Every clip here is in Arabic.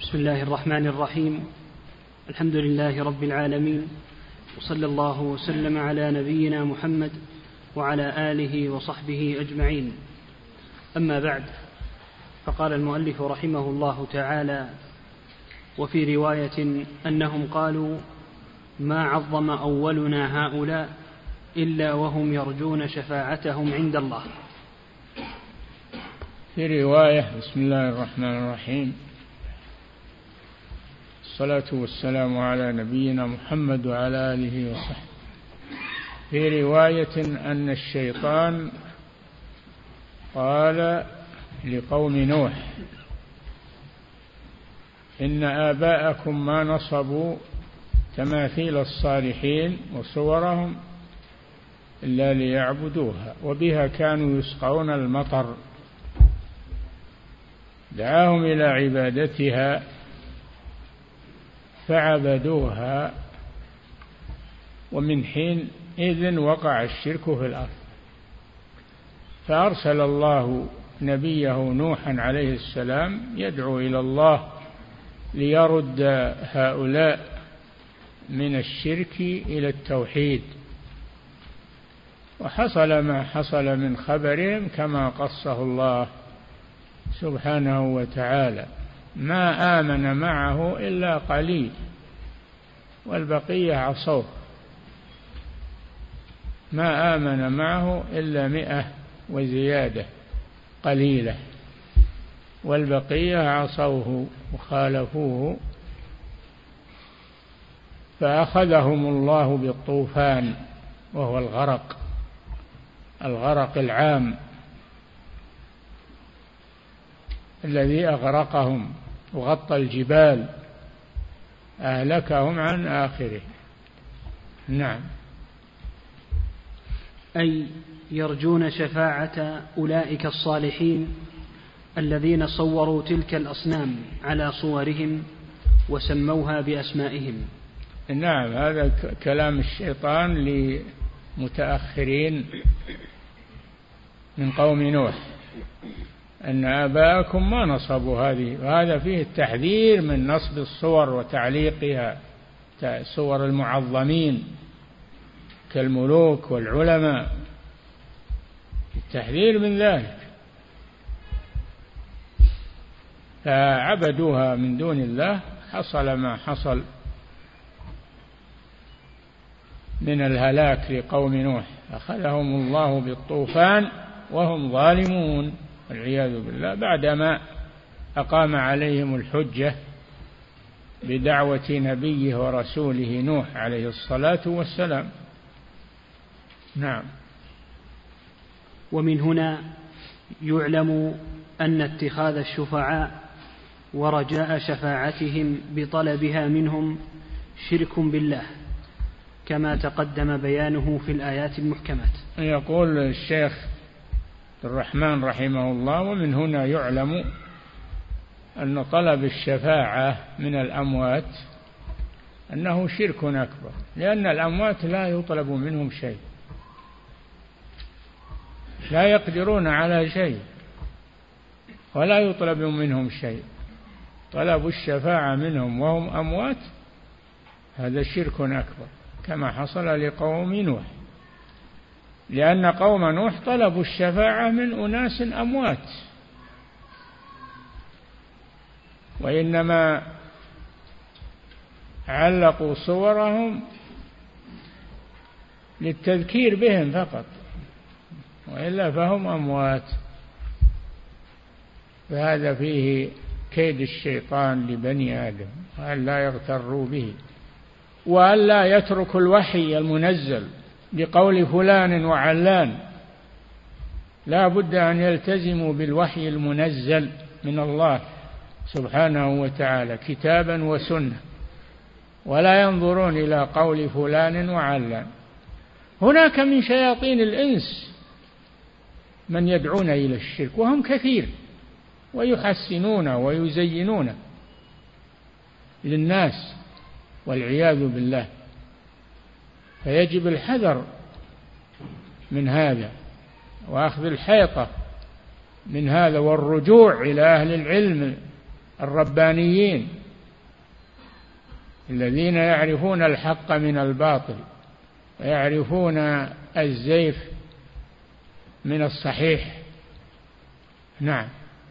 بسم الله الرحمن الرحيم. الحمد لله رب العالمين، وصلى الله وسلم على نبينا محمد وعلى آله وصحبه أجمعين. أما بعد، فقال المؤلف رحمه الله تعالى: وفي رواية أنهم قالوا: ما عظم أولنا هؤلاء إلا وهم يرجون شفاعتهم عند الله. في رواية: بسم الله الرحمن الرحيم، الصلاة والسلام على نبينا محمد وعلى آله وصحبه. في رواية أن الشيطان قال لقوم نوح: إن آباءكم ما نصبوا تماثيل الصالحين وصورهم إلا ليعبدوها وبها كانوا يسقون المطر. دعاهم إلى عبادتها فعبدوها، ومن حينئذ وقع الشرك في الأرض. فأرسل الله نبيه نوحا عليه السلام يدعو إلى الله ليرد هؤلاء من الشرك إلى التوحيد. وحصل ما حصل من خبرهم كما قصه الله سبحانه وتعالى: ما آمن معه إلا قليل والبقية عصوه. ما آمن معه إلا 100 وزيادة قليلة، والبقية عصوه وخالفوه، فأخذهم الله بالطوفان، وهو الغرق العام الذي أغرقهم وغطى الجبال، أهلكهم عن آخره. نعم. أي يرجون شفاعة أولئك الصالحين الذين صوروا تلك الأصنام على صورهم وسموها بأسمائهم. نعم، هذا كلام الشيطان لمتأخرين من قوم نوح: أن آباءكم ما نصبوا هذه. وهذا فيه التحذير من نصب الصور وتعليقها، صور المعظمين كالملوك والعلماء، التحذير من ذلك. فعبدوها من دون الله، حصل ما حصل من الهلاك لقوم نوح، أخذهم الله بالطوفان وهم ظالمون والعياذ بالله، بعدما أقام عليهم الحجة بدعوة نبيه ورسوله نوح عليه الصلاة والسلام. نعم. ومن هنا يعلم أن اتخاذ الشفعاء ورجاء شفاعتهم بطلبها منهم شرك بالله، كما تقدم بيانه في الآيات المحكمات. يقول الشيخ الرحمن رحمه الله: ومن هنا يعلم أن طلب الشفاعة من الأموات أنه شرك أكبر، لأن الأموات لا يطلب منهم شيء، لا يقدرون على شيء ولا يطلب منهم شيء. طلب الشفاعة منهم وهم أموات هذا شرك أكبر، كما حصل لقوم نوح، لأن قوم نوح طلبوا الشفاعة من أناس أموات، وإنما علقوا صورهم للتذكير بهم فقط، وإلا فهم أموات. فهذا فيه كيد الشيطان لبني آدم، وأن لا يغتروا به، وأن لا يتركوا الوحي المنزل بقول فلان وعلان. لا بد أن يلتزموا بالوحي المنزل من الله سبحانه وتعالى كتابا وسنة، ولا ينظرون إلى قول فلان وعلان. هناك من شياطين الإنس من يدعون إلى الشرك، وهم كثير، ويحسنون ويزينون للناس والعياذ بالله. فيجب الحذر من هذا، وأخذ الحيطة من هذا، والرجوع إلى أهل العلم الربانيين الذين يعرفون الحق من الباطل ويعرفون الزيف من الصحيح. نعم.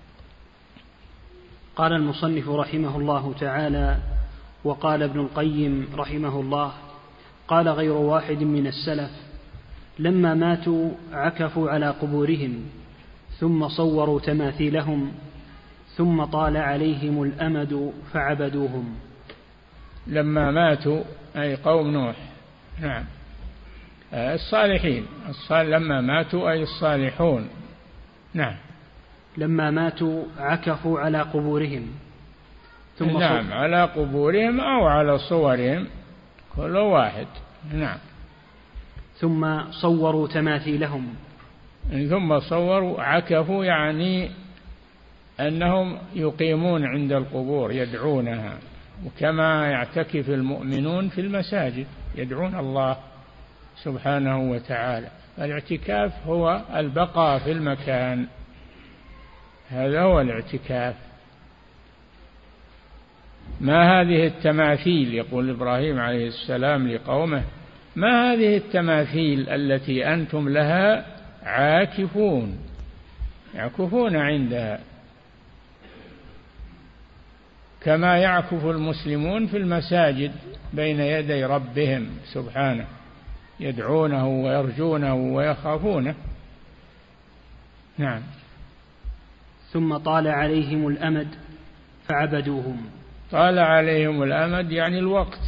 قال المصنف رحمه الله تعالى: وقال ابن القيم رحمه الله: قال غير واحد من السلف: لما ماتوا عكفوا على قبورهم ثم صوروا تماثيلهم ثم طال عليهم الأمد فعبدوهم. لما ماتوا أي قوم نوح. نعم. الصالحين. لما ماتوا أي الصالحون. نعم. لما ماتوا عكفوا على قبورهم ثم نعم، على قبورهم أو على صورهم كل واحد. نعم. ثم صوروا تماثيلهم. ثم صوروا، عكفوا يعني أنهم يقيمون عند القبور يدعونها، وكما يعتكف المؤمنون في المساجد يدعون الله سبحانه وتعالى. الاعتكاف هو البقاء في المكان، هذا هو الاعتكاف. ما هذه التماثيل، يقول إبراهيم عليه السلام لقومه: ما هذه التماثيل التي أنتم لها عاكفون، يعكفون عندها كما يعكف المسلمون في المساجد بين يدي ربهم سبحانه، يدعونه ويرجونه ويخافونه. نعم. ثم طال عليهم الأمد فعبدوهم. طال عليهم الأمد يعني الوقت،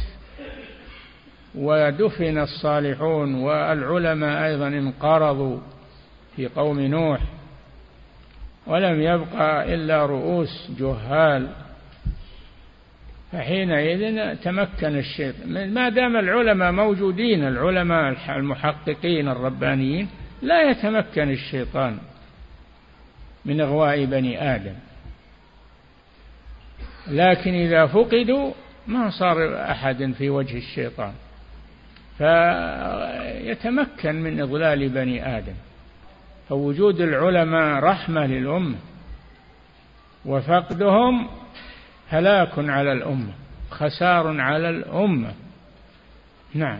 ودفن الصالحون، والعلماء أيضا انقرضوا في قوم نوح، ولم يبقى إلا رؤوس جهال. فحينئذ تمكن الشيطان، ما دام العلماء موجودين، العلماء المحققين الربانيين، لا يتمكن الشيطان من إغواء بني آدم. لكن إذا فقدوا ما صار أحد في وجه الشيطان، فيتمكن من إضلال بني آدم. فوجود العلماء رحمة للأمة، وفقدهم هلاك على الأمة، خسار على الأمة. نعم.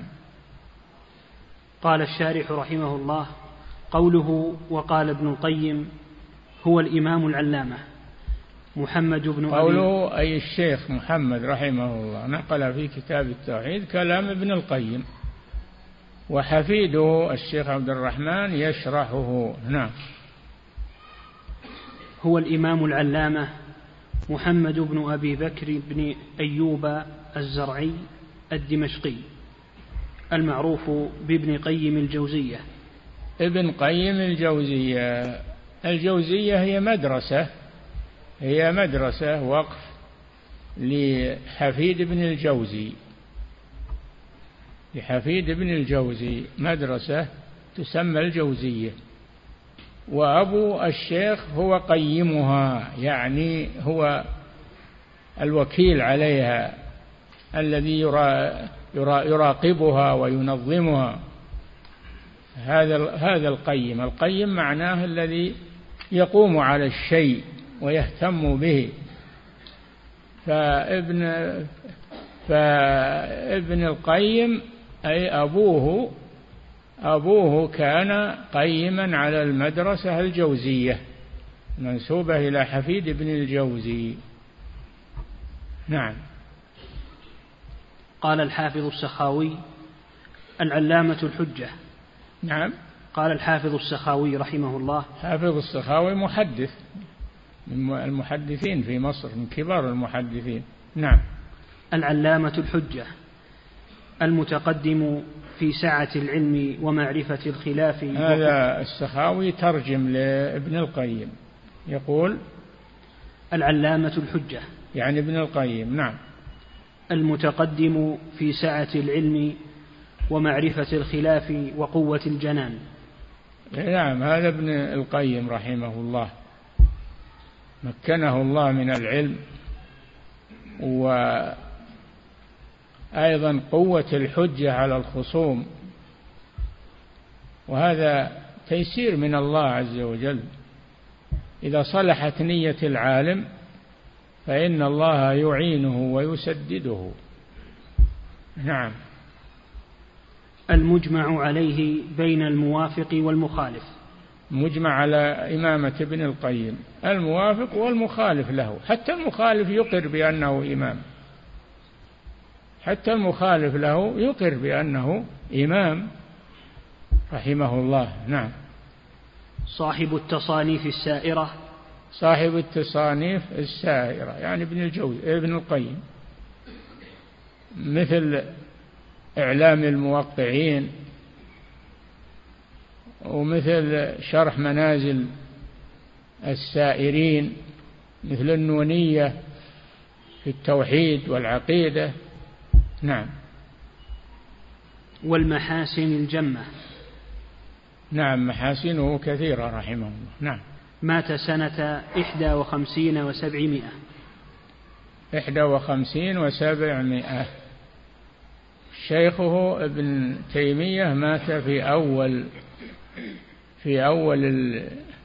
قال الشارح رحمه الله: قوله وقال ابن القيم هو الإمام العلامة محمد بن قوله أي الشيخ محمد رحمه الله نقل في كتاب التوحيد كلام ابن القيم، وحفيده الشيخ عبد الرحمن يشرحه. نعم. هو الإمام العلامة محمد بن أبي بكر بن أيوب الزرعي الدمشقي المعروف بابن قيم الجوزية. ابن قيم الجوزية. الجوزية هي مدرسة وقف لحفيد بن الجوزي، لحفيد بن الجوزي مدرسة تسمى الجوزية، وأبو الشيخ هو قيمها، يعني هو الوكيل عليها الذي يراقبها وينظمها. هذا القيم معناه الذي يقوم على الشيء ويهتم به. فابن القيم أي أبوه كان قيما على المدرسة الجوزية منسوبة إلى حفيد بن الجوزي. نعم. قال الحافظ السخاوي العلامة الحجة. نعم. قال الحافظ السخاوي رحمه الله. حافظ السخاوي محدث من المحدثين في مصر، من كبار المحدثين. نعم. العلامة الحجة المتقدم في سعة العلم ومعرفة الخلاف. هذا السخاوي ترجم لابن القيم، يقول العلامة الحجة يعني ابن القيم. نعم. المتقدم في سعة العلم ومعرفة الخلاف وقوة الجنان. نعم. هذا ابن القيم رحمه الله، مكنه الله من العلم، وأيضا قوة الحجة على الخصوم، وهذا تيسير من الله عز وجل. إذا صلحت نية العالم فإن الله يعينه ويسدده. نعم. المجمع عليه بين الموافق والمخالف. مجمع على إمامة ابن القيم، الموافق والمخالف له، حتى المخالف يقر بأنه إمام، حتى المخالف له يقر بأنه إمام رحمه الله. نعم. صاحب التصانيف السائرة. صاحب التصانيف السائرة يعني ابن القيم، مثل إعلام الموقعين، ومثل شرح منازل السائرين، مثل النونية في التوحيد والعقيدة. نعم. والمحاسن الجمة. نعم، محاسنه كثيرة رحمه الله. نعم. مات سنة 51 و700. 51 و700. شيخه ابن تيمية مات في أول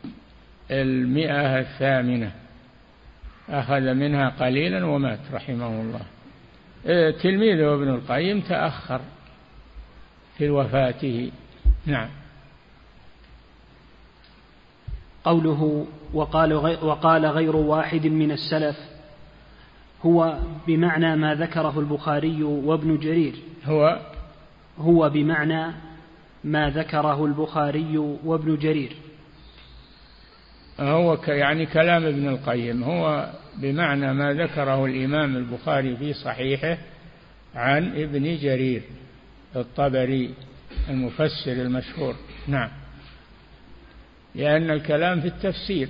108، أخذ منها قليلا ومات رحمه الله. تلميذه ابن القيم تأخر في وفاته. نعم. قوله وقال غير واحد من السلف هو بمعنى ما ذكره البخاري وابن جرير. هو بمعنى ما ذكره البخاري وابن جرير. هو يعني كلام ابن القيم، هو بمعنى ما ذكره الإمام البخاري في صحيحه عن ابن جرير الطبري المفسر المشهور. نعم. لأن الكلام في التفسير،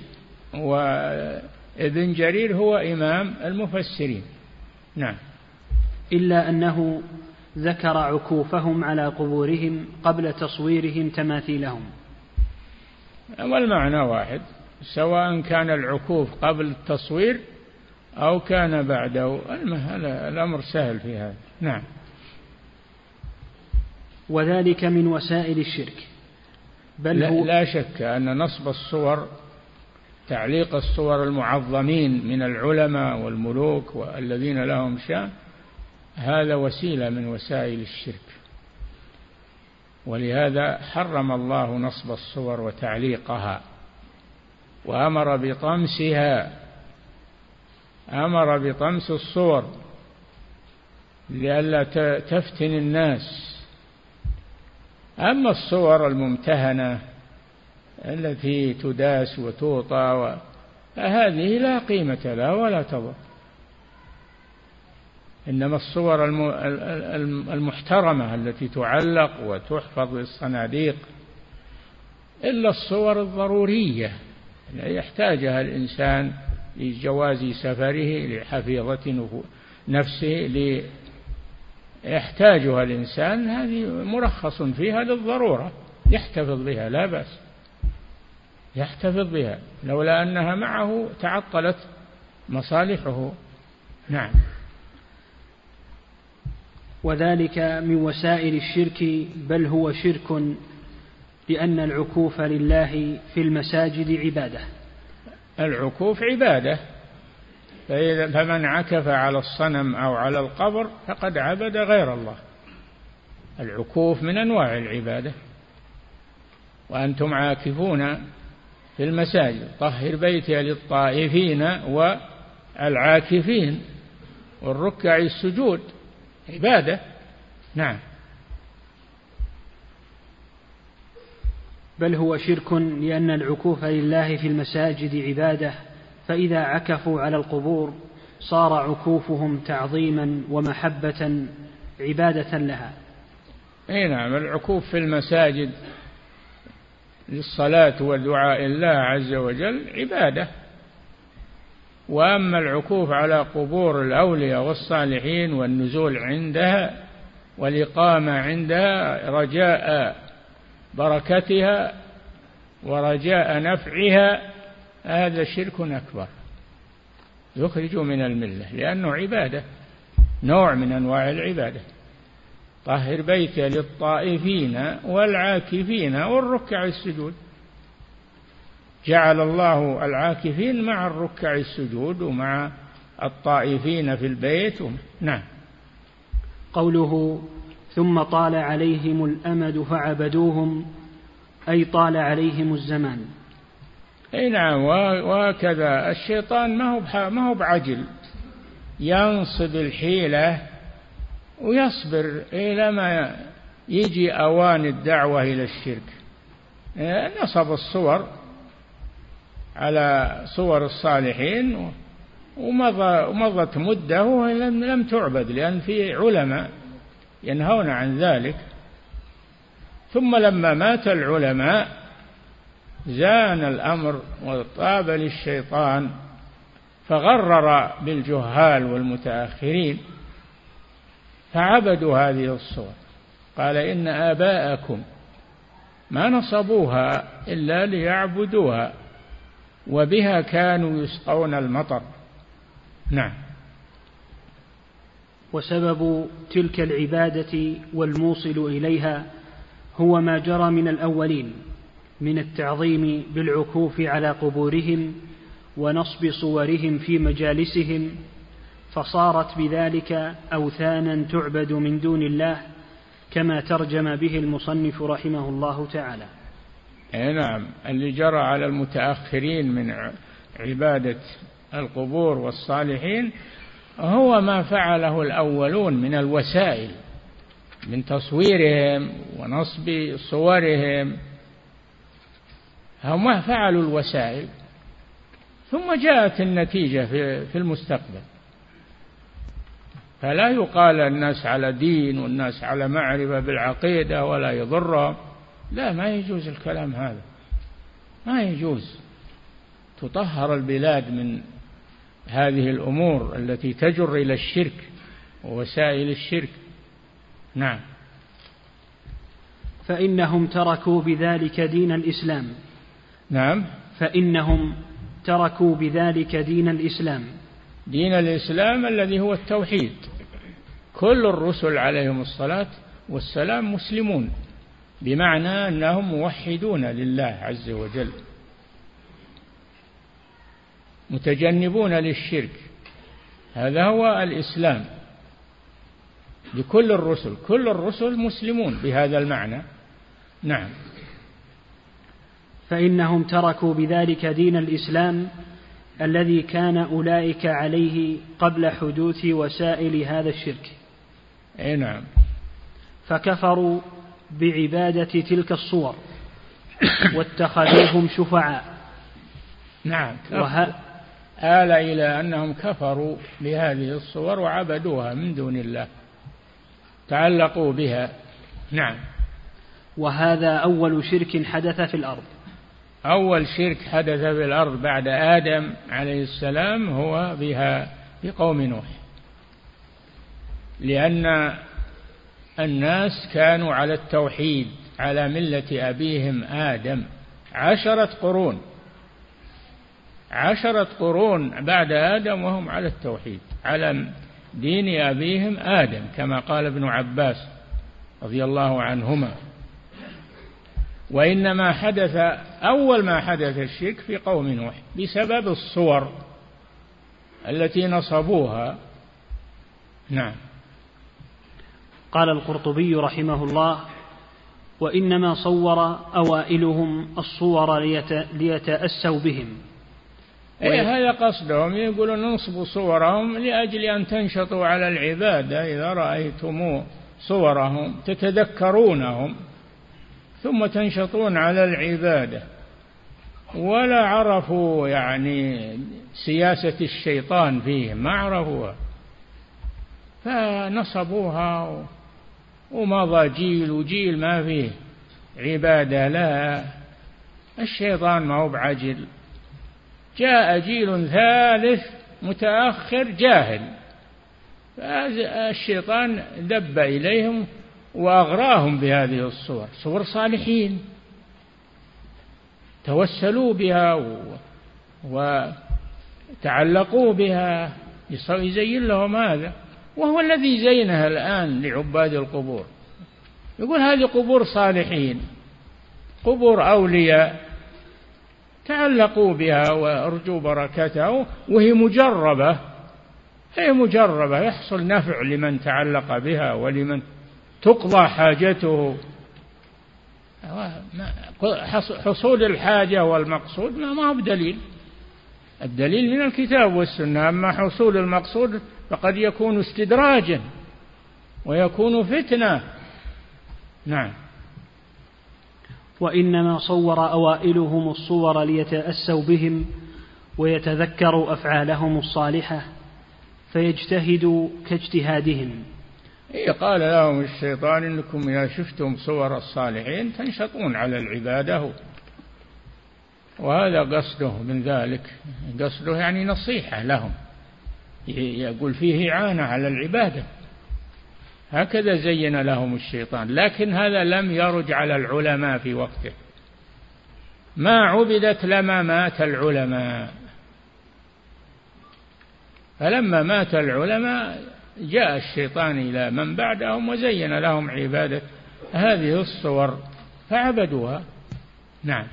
وابن جرير هو إمام المفسرين. نعم. إلا أنه ذكر عكوفهم على قبورهم قبل تصويرهم تماثيلهم. والمعنى واحد، سواء كان العكوف قبل التصوير أو كان بعده، الأمر سهل في هذا. نعم. وذلك من وسائل الشرك. لا شك أن نصب الصور، تعليق الصور المعظمين من العلماء والملوك والذين لهم شأن، هذا وسيلة من وسائل الشرك، ولهذا حرم الله نصب الصور وتعليقها، وأمر بطمسها، أمر بطمس الصور لئلا تفتن الناس. أما الصور الممتهنة التي تداس وتوطى فهذه لا قيمة لها ولا تضر، إنما الصور المحترمة التي تعلق وتحفظ بالصناديق، إلا الصور الضرورية يحتاجها الإنسان لجواز سفره، لحفيظة نفسه، يحتاجها الإنسان، هذه مرخص فيها للضرورة، يحتفظ بها لا بأس، يحتفظ بها، لولا أنها معه تعطلت مصالحه. نعم. وذلك من وسائل الشرك، بل هو شرك، لأن العكوف لله في المساجد عبادة. العكوف عبادة، فمن عكف على الصنم أو على القبر فقد عبد غير الله. العكوف من أنواع العبادة. وأنتم عاكفون في المساجد طهر بيتي للطائفين والعاكفين والركع السجود، عبادة. نعم. بل هو شرك، لأن العكوف لله في المساجد عبادة، فإذا عكفوا على القبور صار عكوفهم تعظيما ومحبة عبادة لها. أي نعم. العكوف في المساجد للصلاة والدعاء الله عز وجل عبادة، وأما العكوف على قبور الأولياء والصالحين والنزول عندها والإقامة عندها رجاء بركتها ورجاء نفعها، هذا شرك أكبر يخرج من الملة، لأنه عبادة، نوع من أنواع العبادة. طهر بيتي للطائفين والعاكفين والركع السجود، جعل الله العاكفين مع الركع السجود ومع الطائفين في البيت. نعم. قوله ثم طال عليهم الأمد فعبدوهم أي طال عليهم الزمان. أي نعم. وهكذا الشيطان ما هو بعجل، ينصب الحيلة ويصبر إلى ما يجي أوان الدعوة إلى الشرك. نصب الصور على صور الصالحين ومضت مدة ولم تعبد، لأن في علماء ينهون عن ذلك. ثم لما مات العلماء زان الأمر وطاب للشيطان، فغرر بالجهال والمتأخرين فعبدوا هذه الصور. قال إن آباءكم ما نصبوها إلا ليعبدوها وبها كانوا يسقون المطر. نعم. وسبب تلك العبادة والموصل إليها هو ما جرى من الأولين من التعظيم بالعكوف على قبورهم ونصب صورهم في مجالسهم، فصارت بذلك أوثانا تعبد من دون الله، كما ترجم به المصنف رحمه الله تعالى. نعم. اللي جرى على المتأخرين من عبادة القبور والصالحين هو ما فعله الأولون من الوسائل، من تصويرهم ونصب صورهم. هم فعلوا الوسائل ثم جاءت النتيجة في المستقبل. فلا يقال الناس على دين والناس على معرفة بالعقيدة ولا يضرهم، لا، ما يجوز الكلام هذا، ما يجوز. تطهر البلاد من هذه الأمور التي تجر إلى الشرك ووسائل الشرك. نعم. فإنهم تركوا بذلك دين الإسلام. نعم. فإنهم تركوا بذلك دين الإسلام. دين الإسلام الذي هو التوحيد. كل الرسل عليهم الصلاة والسلام مسلمون، بمعنى أنهم موحدون لله عز وجل، متجنبون للشرك. هذا هو الإسلام لكل الرسل. كل الرسل مسلمون بهذا المعنى. نعم. فإنهم تركوا بذلك دين الإسلام الذي كان أولئك عليه قبل حدوث وسائل هذا الشرك. نعم. فكفروا بعبادة تلك الصور واتخذوهم شفعاء. نعم. آل إلى أنهم كفروا بهذه الصور وعبدوها من دون الله، تعلقوا بها. نعم. وهذا أول شرك حدث في الأرض. أول شرك حدث في الأرض بعد آدم عليه السلام هو بها بقوم نوح، لأن الناس كانوا على التوحيد على ملة أبيهم آدم 10 قرون، 10 قرون بعد آدم وهم على التوحيد على دين أبيهم آدم، كما قال ابن عباس رضي الله عنهما. وإنما حدث أول ما حدث الشرك في قوم نوح بسبب الصور التي نصبوها. نعم. قال القرطبي رحمه الله: وإنما صور أوائلهم الصور ليتأسوا بهم. هذا قصدهم، يقولون ننصب صورهم لأجل أن تنشطوا على العبادة. إذا رأيتم صورهم تتذكرونهم ثم تنشطون على العبادة، ولا عرفوا يعني سياسة الشيطان فيهم، ما عرفوها، فنصبوها ومضى جيل وجيل ما فيه عبادة. لا، الشيطان ما هو بعجل. جاء جيل ثالث متأخر جاهل، فالشيطان دب إليهم وأغراهم بهذه الصور، صور صالحين توسلوا بها وتعلقوا بها، يزين لهم هذا، وهو الذي زينها الآن لعباد القبور. يقول هذه قبور صالحين، قبور أولياء، تعلقوا بها وارجوا بركتها، وهي مجربة هي مجربة يحصل نفع لمن تعلق بها ولمن تقضى حاجته. حصول الحاجة والمقصود ما هو بدليل، الدليل من الكتاب والسنة. أما حصول المقصود فقد يكون استدراجا ويكون فتنة. نعم. وإنما صور أوائلهم الصور ليتأسوا بهم ويتذكروا أفعالهم الصالحة فيجتهدوا كاجتهادهم. قال لهم الشيطان إنكم إذا شفتم صور الصالحين تنشطون على العبادة، وهذا قصده من ذلك، قصده يعني نصيحة لهم، يقول فيه إعانة على العبادة. هكذا زين لهم الشيطان، لكن هذا لم يرج على العلماء في وقته، ما عبدت لما مات العلماء. فلما مات العلماء جاء الشيطان إلى من بعدهم وزين لهم عبادة هذه الصور فعبدوها. نعم.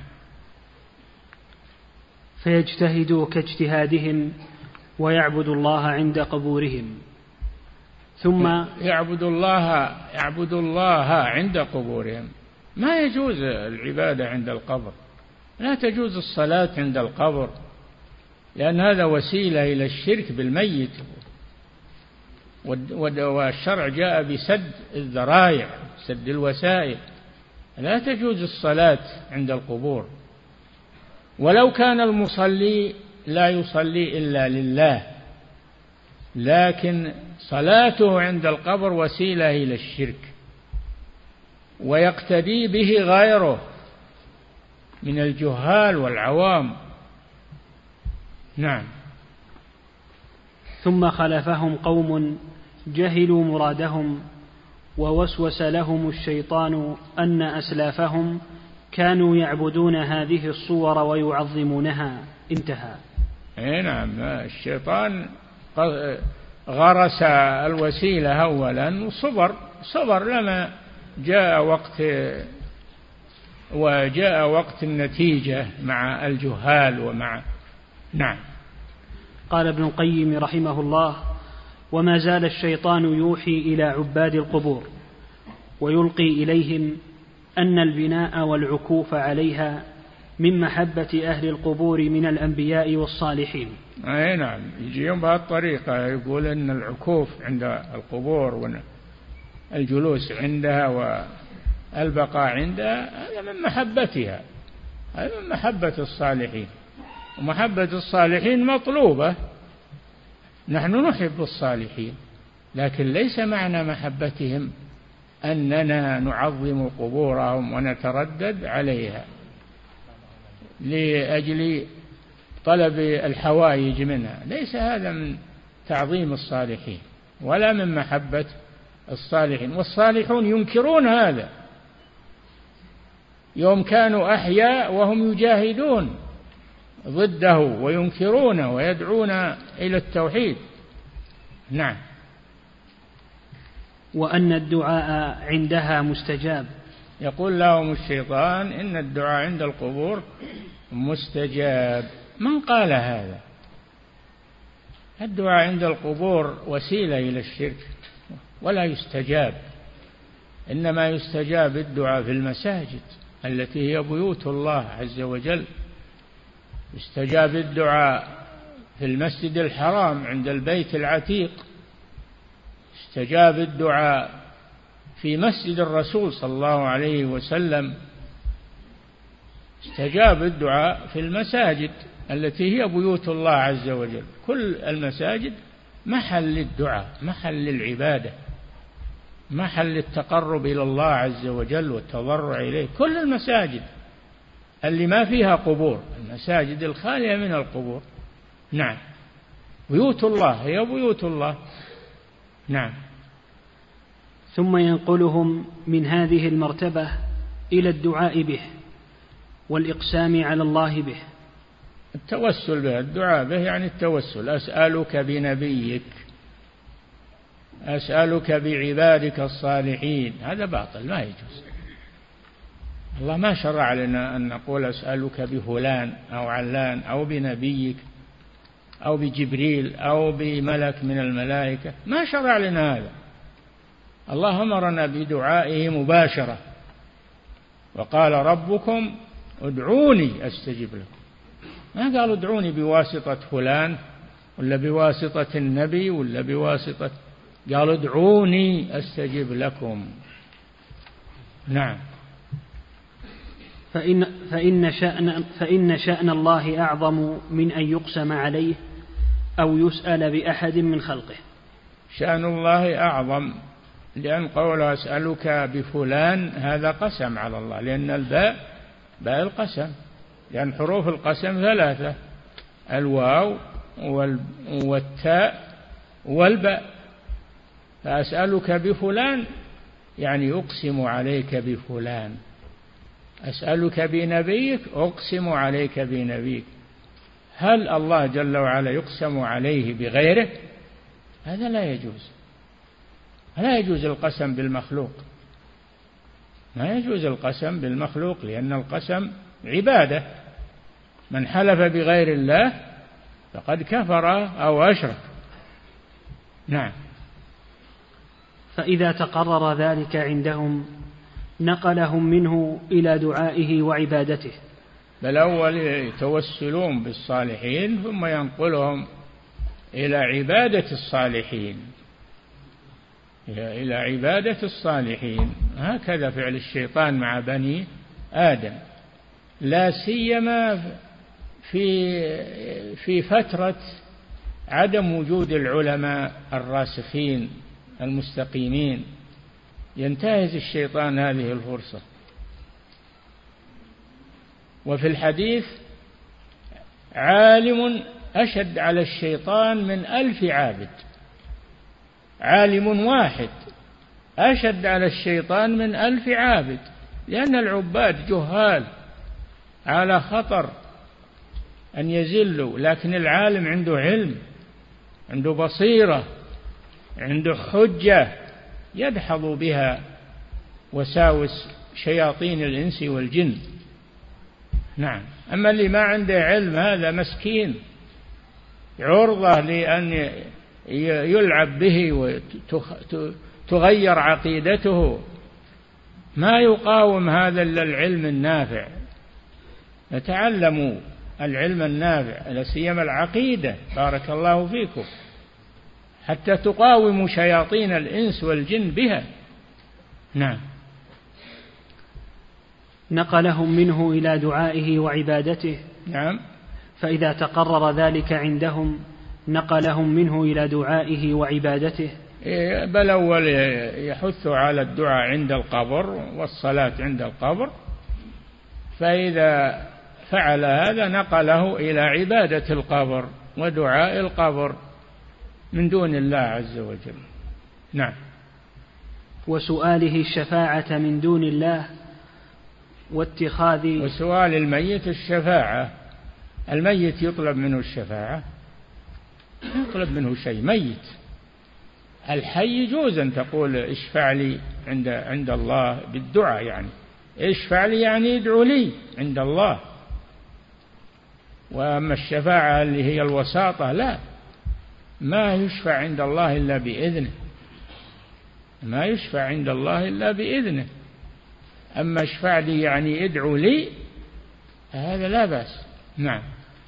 فيجتهدوا كاجتهادهم ويعبدوا الله عند قبورهم. ثم يعبد الله عند قبورهم. ما يجوز العبادة عند القبر، لا تجوز الصلاة عند القبر، لأن هذا وسيلة إلى الشرك بالميت، والشرع جاء بسد الذرائع، سد الوسائل. لا تجوز الصلاة عند القبور، ولو كان المصلي لا يصلي إلا لله، لكن صلاته عند القبر وسيلة إلى الشرك، ويقتدي به غيره من الجهال والعوام. نعم. ثم خلفهم قوم جهلوا مرادهم ووسوس لهم الشيطان أن أسلافهم كانوا يعبدون هذه الصور ويعظمونها. انتهى. نعم. الشيطان غرس الوسيلة أولا وصبر لما جاء وقت النتيجة مع الجهال ومع. نعم. قال ابن القيم رحمه الله: وما زال الشيطان يوحي إلى عباد القبور ويلقي إليهم أن البناء والعكوف عليها من محبة أهل القبور من الأنبياء والصالحين. نعم. يجيهم بهالطريقة، يقول أن العكوف عند القبور والجلوس عندها والبقاء عندها هذا من محبتها، هذا من محبة الصالحين، ومحبة الصالحين مطلوبة. نحن نحب الصالحين، لكن ليس معنى محبتهم أننا نعظم قبورهم ونتردد عليها لأجل طلب الحوائج منها. ليس هذا من تعظيم الصالحين ولا من محبة الصالحين. والصالحون ينكرون هذا يوم كانوا أحياء وهم يجاهدون ضده وينكرونه ويدعون إلى التوحيد. نعم. وأن الدعاء عندها مستجاب. يقول لهم الشيطان إن الدعاء عند القبور مستجاب. من قال هذا؟ الدعاء عند القبور وسيلة إلى الشرك ولا يستجاب، إنما يستجاب الدعاء في المساجد التي هي بيوت الله عز وجل. يستجاب الدعاء في المسجد الحرام عند البيت العتيق، استجاب الدعاء في مسجد الرسول صلى الله عليه وسلم، استجاب الدعاء في المساجد التي هي بيوت الله عز وجل. كل المساجد محل للدعاء، محل للعبادة، محل التقرب إلى الله عز وجل والتضرع إليه. كل المساجد اللي ما فيها قبور، المساجد الخالية من القبور. نعم. بيوت الله هي بيوت الله. نعم. ثم ينقلهم من هذه المرتبة إلى الدعاء به والإقسام على الله به. التوسل به، الدعاء به يعني التوسل. أسألك بنبيك، أسألك بعبادك الصالحين. هذا باطل، ما يجوز. الله ما شرع لنا أن نقول أسألك بفلان أو علان أو بنبيك أو بجبريل أو بملك من الملائكة، ما شرع لنا هذا. الله أمرنا بدعائه مباشرة، وقال ربكم ادعوني أستجب لكم. ما قالوا ادعوني بواسطة فلان ولا بواسطة النبي ولا بواسطة، قالوا ادعوني أستجب لكم. نعم. فإن شأن الله أعظم من أن يقسم عليه أو يسأل بأحد من خلقه. شأن الله أعظم، لأن قوله أسألك بفلان هذا قسم على الله، لأن الباء باء القسم، لأن حروف القسم ثلاثة: الواو والتاء والباء. فأسألك بفلان يعني أقسم عليك بفلان، أسألك بنبيك أقسم عليك بنبيك. هل الله جل وعلا يقسم عليه بغيره؟ هذا لا يجوز. لا يجوز القسم بالمخلوق، ما يجوز القسم بالمخلوق، لأن القسم عبادة. من حلف بغير الله فقد كفر أو أشرك. نعم. فإذا تقرر ذلك عندهم نقلهم منه إلى دعائه وعبادته. بل أول يتوسلون بالصالحين ثم ينقلهم إلى عبادة الصالحين، إلى عبادة الصالحين. هكذا فعل الشيطان مع بني آدم، لا سيما في فترة عدم وجود العلماء الراسخين المستقيمين، ينتهز الشيطان هذه الفرصة. وفي الحديث: عالم أشد على الشيطان من 1000 عابد. عالم واحد أشد على الشيطان من 1000 عابد، لأن العباد جهال على خطر أن يزلوا، لكن العالم عنده علم، عنده بصيرة، عنده حجة يدحض بها وساوس شياطين الإنس والجن. نعم. أما اللي ما عنده علم هذا مسكين، عرضة لأن يلعب به وتغير عقيدته. ما يقاوم هذا إلا العلم النافع. نتعلموا العلم النافع، لا سيما العقيدة، بارك الله فيكم، حتى تقاوموا شياطين الإنس والجن بها. نعم. نقلهم منه إلى دعائه وعبادته. نعم. فإذا تقرر ذلك عندهم نقلهم منه إلى دعائه وعبادته. بل أول يحث على الدعاء عند القبر والصلاة عند القبر، فإذا فعل هذا نقله إلى عبادة القبر ودعاء القبر من دون الله عز وجل. نعم. وسؤاله الشفاعة من دون الله وسؤال الميت الشفاعة. الميت يطلب منه الشفاعة، يطلب منه شيء ميت. الحي يجوز أن تقول اشفع لي عند الله بالدعاء، يعني اشفع لي يعني ادعو لي عند الله. وأما الشفاعة اللي هي الوساطة لا، ما يشفع عند الله إلا بإذنه، ما يشفع عند الله إلا بإذنه. أما اشفع لي يعني ادعو لي، هذا لا بأس. نعم.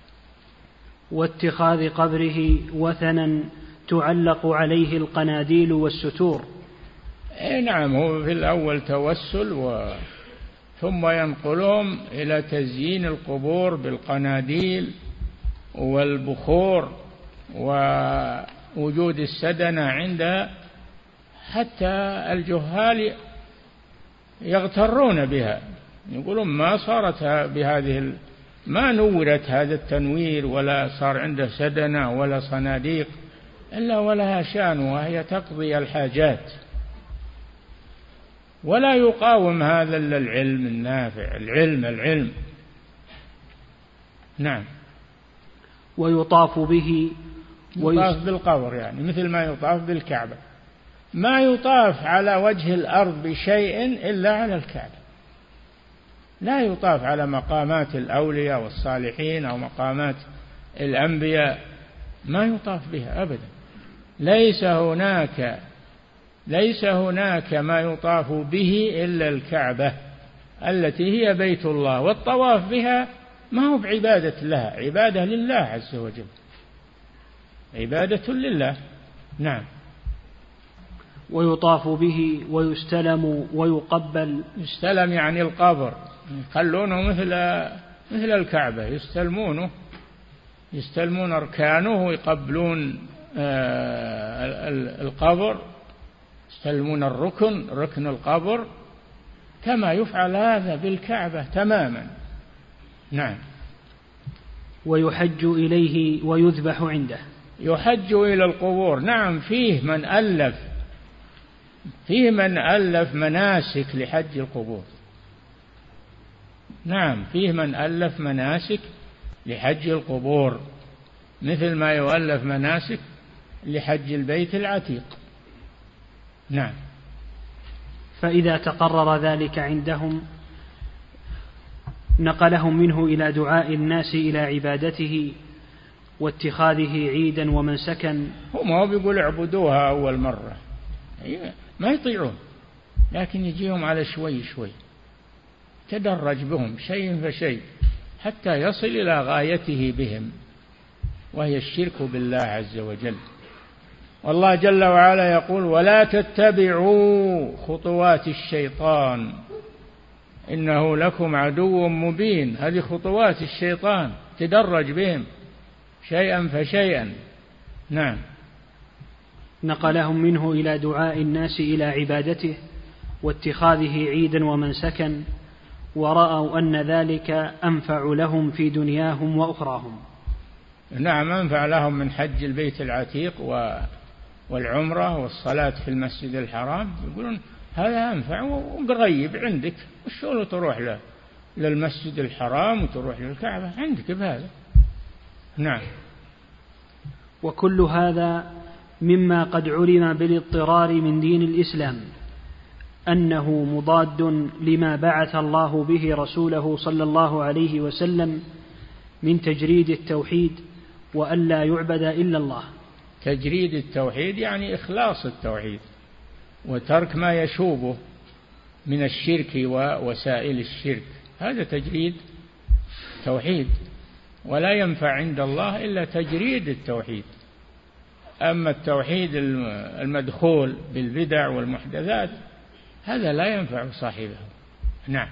واتخاذ قبره وثنا تعلق عليه القناديل والستور. نعم. هو في الأول توسل، ثم ينقلهم إلى تزيين القبور بالقناديل والبخور ووجود السدنة عندها، حتى الجهال يغترون بها، يقولون ما صارت بهذه، ما نورت هذا التنوير ولا صار عنده سدنة ولا صناديق إلا ولها شأن، وهي تقضي الحاجات. ولا يقاوم هذا إلا العلم النافع، العلم. نعم. ويطاف به، يطاف بالقبر، يعني مثل ما يطاف بالكعبة. ما يطاف على وجه الأرض بشيء إلا على الكعبة. لا يطاف على مقامات الأولياء والصالحين أو مقامات الأنبياء ما يطاف بها أبدا. ليس هناك ما يطاف به إلا الكعبة التي هي بيت الله، والطواف بها ما هو بعبادة لها، عبادة لله عز وجل، عبادة لله. نعم. ويطاف به ويستلم ويقبل. يستلم يعني القبر، يخلونه مثل الكعبة، يستلمون أركانه ويقبلون القبر، يستلمون ركن القبر، كما يفعل هذا بالكعبة تماما. نعم. ويحج إليه ويذبح عنده. يحج إلى القبور. نعم. فيه من ألف مناسك لحج القبور. نعم، فيه من ألف مناسك لحج القبور، مثل ما يؤلف مناسك لحج البيت العتيق. نعم. فإذا تقرر ذلك عندهم نقلهم منه إلى دعاء الناس إلى عبادته واتخاذه عيدا ومنسكا. هم بيقول اعبدوها أول مرة، ما يطيعون، لكن يجيهم على شوي شوي، تدرج بهم شيء فشيء حتى يصل إلى غايته بهم، وهي الشرك بالله عز وجل. والله جل وعلا يقول: ولا تتبعوا خطوات الشيطان إنه لكم عدو مبين. هذه خطوات الشيطان، تدرج بهم شيئا فشيئا. نعم. نقلهم منه إلى دعاء الناس إلى عبادته واتخاذه عيدا ومنسكا، ورأوا أن ذلك أنفع لهم في دنياهم وأخراهم. نعم، أنفع لهم من حج البيت العتيق والعمرة والصلاة في المسجد الحرام. يقولون هذا أنفع وقريب عندك، وشو تروح للمسجد الحرام وتروح للكعبة، عندك بهذا. نعم. وكل هذا مما قد علم بالاضطرار من دين الإسلام أنه مضاد لما بعث الله به رسوله صلى الله عليه وسلم من تجريد التوحيد وأن لا يعبد إلا الله. تجريد التوحيد يعني إخلاص التوحيد وترك ما يشوبه من الشرك ووسائل الشرك، هذا تجريد توحيد، ولا ينفع عند الله إلا تجريد التوحيد. أما التوحيد المدخول بالبدع والمحدثات هذا لا ينفع صاحبه. نعم.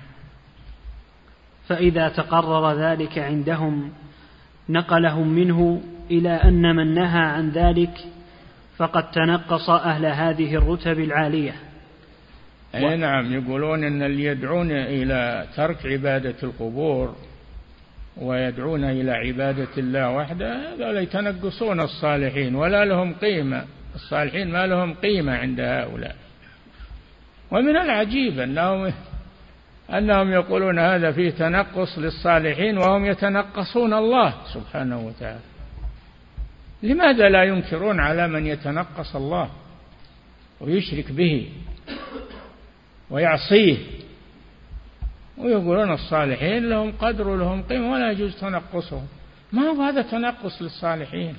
فإذا تقرر ذلك عندهم نقلهم منه إلى أن من نهى عن ذلك فقد تنقص أهل هذه الرتب العالية. نعم، يقولون أن اللي يدعون إلى ترك عبادة القبور ويدعون إلى عبادة الله وحده هذول يتنقصون الصالحين ولا لهم قيمة، الصالحين ما لهم قيمة عند هؤلاء. ومن العجيب أنهم يقولون هذا فيه تنقص للصالحين وهم يتنقصون الله سبحانه وتعالى. لماذا لا ينكرون على من يتنقص الله ويشرك به ويعصيه، ويقولون الصالحين لهم قدر ولهم قيمة ولا يجوز تنقصهم؟ ما هو هذا تنقص للصالحين،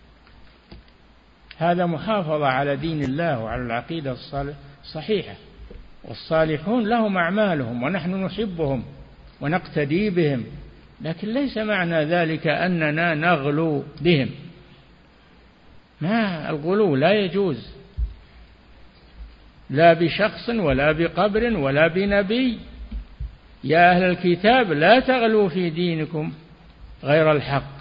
هذا محافظة على دين الله وعلى العقيدة الصحيحة. والصالحون لهم أعمالهم ونحن نحبهم ونقتدي بهم، لكن ليس معنى ذلك أننا نغلو بهم. ما الغلو لا يجوز، لا بشخص ولا بقبر ولا بنبي. يا أهل الكتاب لا تغلوا في دينكم غير الحق،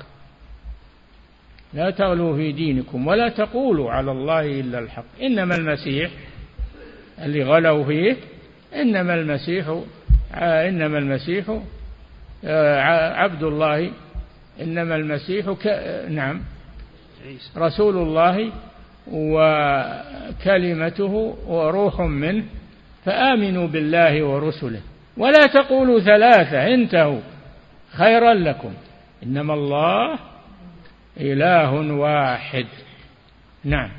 لا تغلوا في دينكم ولا تقولوا على الله إلا الحق. إنما المسيح اللي غلوا فيه إنما المسيح عبد الله، إنما المسيح نعم رسول الله وكلمته وروح منه، فآمنوا بالله ورسله ولا تقولوا ثلاثة انتهوا خيرا لكم، إنما الله إله واحد. نعم.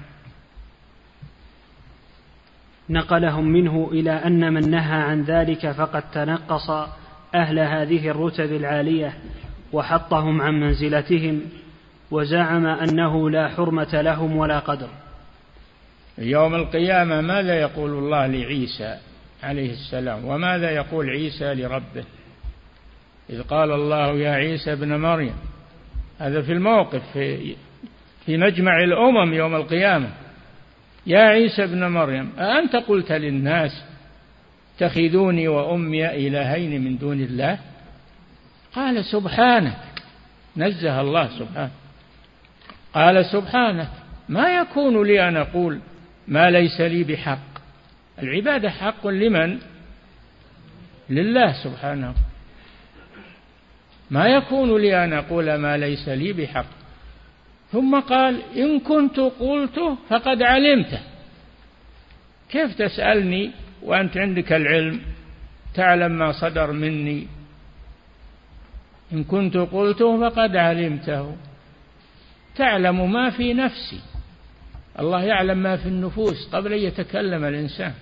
نقلهم منه إلى أن من نهى عن ذلك فقد تنقص أهل هذه الرتب العالية وحطهم عن منزلتهم وزعم أنه لا حرمة لهم ولا قدر. يوم القيامة ماذا يقول الله لعيسى عليه السلام، وماذا يقول عيسى لربه؟ إذ قال الله يا عيسى ابن مريم، هذا في الموقف في مجمع الأمم يوم القيامة، يا عيسى ابن مريم أأنت قلت للناس اتخذوني وأمي إلهين من دون الله؟ قال سبحانك، نزه الله سبحانه، قال سبحانك ما يكون لي أن أقول ما ليس لي بحق. العبادة حق لمن؟ لله سبحانه. ما يكون لي أن أقول ما ليس لي بحق. ثم قال إن كنت قلته فقد علمته. كيف تسألني وأنت عندك العلم، تعلم ما صدر مني؟ إن كنت قلته فقد علمته، تعلم ما في نفسي. الله يعلم ما في النفوس قبل أن يتكلم الإنسان.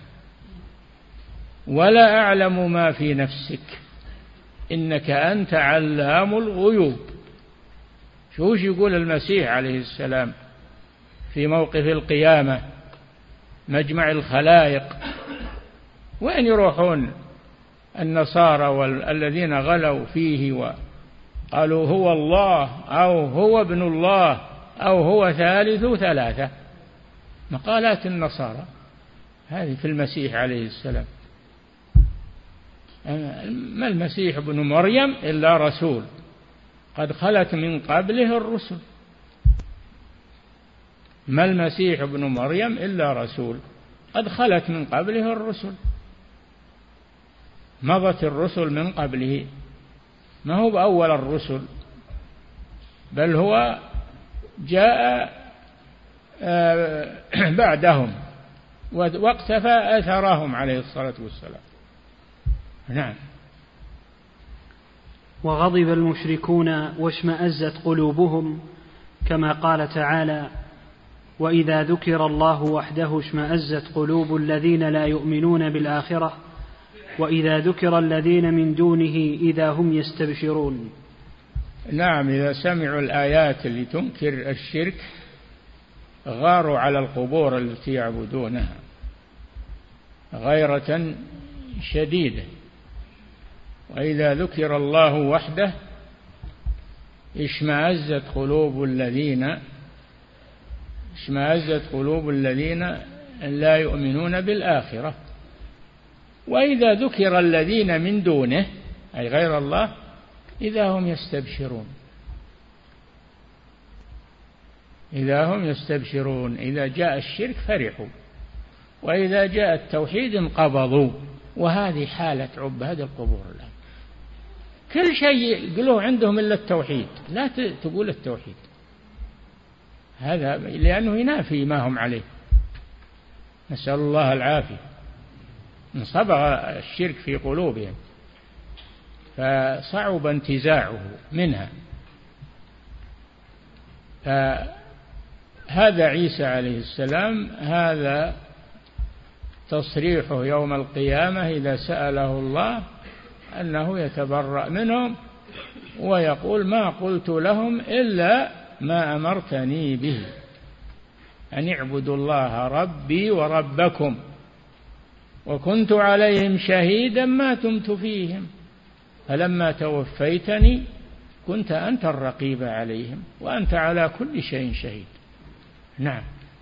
ولا أعلم ما في نفسك إنك أنت علام الغيوب. شوش يقول المسيح عليه السلام في موقف القيامة، مجمع الخلائق، وين يروحون النصارى والذين غلوا فيه وقالوا هو الله أو هو ابن الله أو هو ثالث ثلاثة؟ مقالات النصارى هذه في المسيح عليه السلام. ما المسيح ابن مريم إلا رسول قد خلت من قبله الرسل. ما المسيح ابن مريم إلا رسول قد خلت من قبله الرسل. مضت الرسل من قبله، ما هو بأول الرسل، بل هو جاء بعدهم واقتفى أثرهم عليه الصلاة والسلام. نعم. وغضب المشركون واشمأزت قلوبهم، كما قال تعالى وإذا ذكر الله وحده اشمأزت قلوب الذين لا يؤمنون بالآخرة وإذا ذكر الذين من دونه إذا هم يستبشرون. نعم، إذا سمعوا الآيات اللي تنكر الشرك غاروا على القبور التي يعبدونها غيرة شديدة. وإذا ذكر الله وحده اشمأزت قلوب الذين لا يؤمنون بالآخرة. وإذا ذكر الذين من دونه أي غير الله إذا هم يستبشرون. إذا جاء الشرك فرحوا، وإذا جاء التوحيد انقبضوا. وهذه حالة عباد القبور الآن، كل شيء يقولوه عندهم إلا التوحيد. لا تقول التوحيد، هذا لأنه ينافي ما هم عليه. نسأل الله العافية. انصبغ الشرك في قلوبهم فصعب انتزاعه منها. فهذا عيسى عليه السلام، هذا تصريحه يوم القيامة إذا سأله الله أنه يتبرأ منهم ويقول ما قلت لهم إلا ما أمرتني به أن اعبدوا الله ربي وربكم وكنت عليهم شهيدا ما دمت فيهم فلما توفيتني كنت أنت الرقيب عليهم وأنت على كل شيء شهيد. نعم.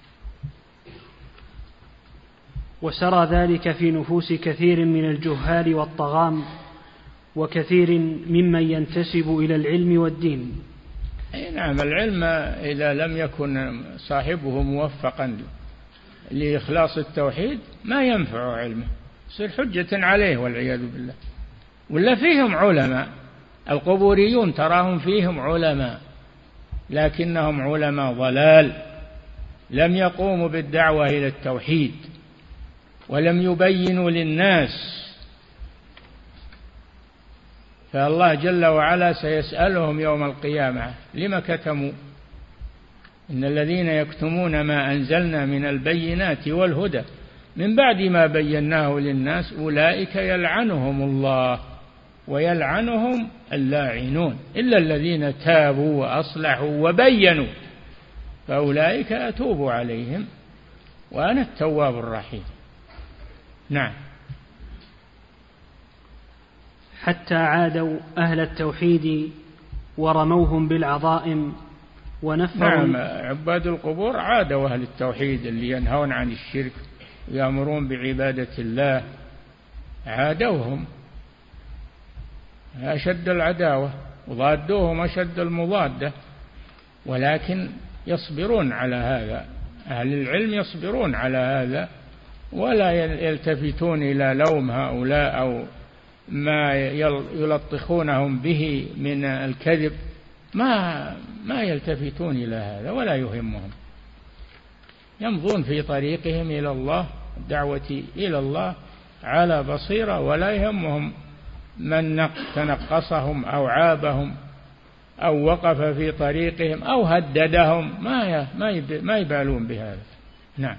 وسرى ذلك في نفوس كثير من الجهال والطغام وكثير ممن ينتسب إلى العلم والدين. نعم، العلم إذا لم يكن صاحبه موفقا لإخلاص التوحيد ما ينفع علمه، يصير حجة عليه والعياذ بالله. ولا فيهم علماء، القبوريون تراهم فيهم علماء لكنهم علماء ضلال، لم يقوموا بالدعوة إلى التوحيد ولم يبينوا للناس. فالله جل وعلا سيسألهم يوم القيامة لما كتموا. إن الذين يكتمون ما أنزلنا من البينات والهدى من بعد ما بيناه للناس أولئك يلعنهم الله ويلعنهم اللاعنون إلا الذين تابوا وأصلحوا وبينوا فأولئك أتوب عليهم وأنا التواب الرحيم. نعم. حتى عادوا أهل التوحيد ورموهم بالعظائم ونفروا. نعم، عباد القبور عادوا أهل التوحيد اللي ينهون عن الشرك ويأمرون بعبادة الله، عادوهم أشد العداوة وضادوهم أشد المضادة، ولكن يصبرون على هذا، أهل العلم يصبرون على هذا ولا يلتفتون إلى لوم هؤلاء أو ما يلطخونهم به من الكذب، ما يلتفتون إلى هذا ولا يهمهم، يمضون في طريقهم إلى الله، الدعوة إلى الله على بصيرة، ولا يهمهم من تنقصهم أو عابهم أو وقف في طريقهم أو هددهم، ما يبالون بهذا. نعم.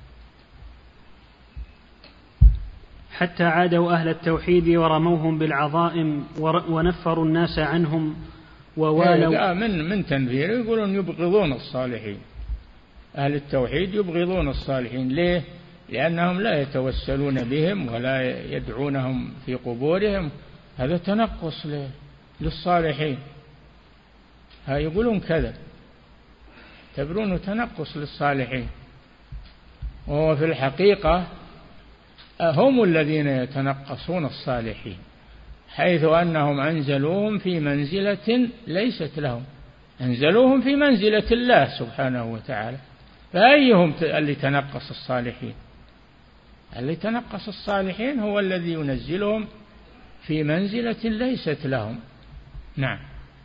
حتى عادوا أهل التوحيد ورموهم بالعظائم ونفروا الناس عنهم ووالوا. من تنفير يقولون يبغضون الصالحين، أهل التوحيد يبغضون الصالحين. ليه؟ لأنهم لا يتوسلون بهم ولا يدعونهم في قبورهم، هذا تنقص للصالحين، يقولون كذا، يعتبرونه تنقص للصالحين، وهو في الحقيقة هم الذين يتنقصون الصالحين، حيث أنهم أنزلوهم في منزلة ليست لهم، أنزلوهم في منزلة الله سبحانه وتعالى، فأيهم اللي تنقص الصالحين؟ اللي تنقص الصالحين هو الذي ينزلهم في منزلة ليست لهم. نعم.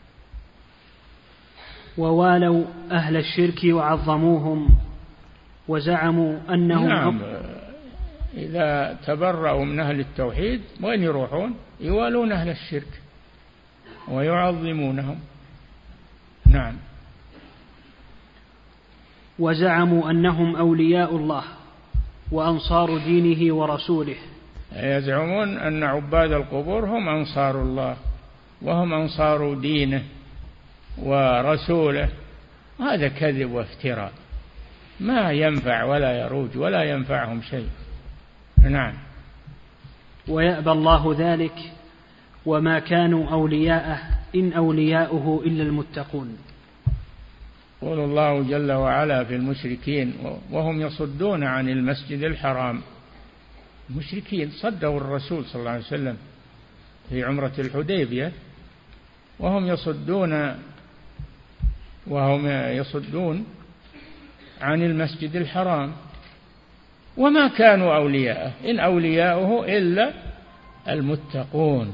ووالوا أهل الشرك وعظموهم وزعموا أنهم. نعم، إذا تبرأوا من أهل التوحيد وين يروحون؟ يوالون أهل الشرك ويعظمونهم. نعم. وزعموا أنهم أولياء الله وأنصار دينه ورسوله. يزعمون أن عباد القبور هم أنصار الله وهم أنصار دينه ورسوله، هذا كذب وافتراء، ما ينفع ولا يروج ولا ينفعهم شيء. نعم. ويأبى الله ذلك وما كانوا أولياءه إن أولياؤه إلا المتقون. قول الله جل وعلا في المشركين وهم يصدون عن المسجد الحرام، المشركين صدوا الرسول صلى الله عليه وسلم في عمرة الحديبية، وهم يصدون عن المسجد الحرام، وما كانوا أولياءه إن أولياؤه إلا المتقون.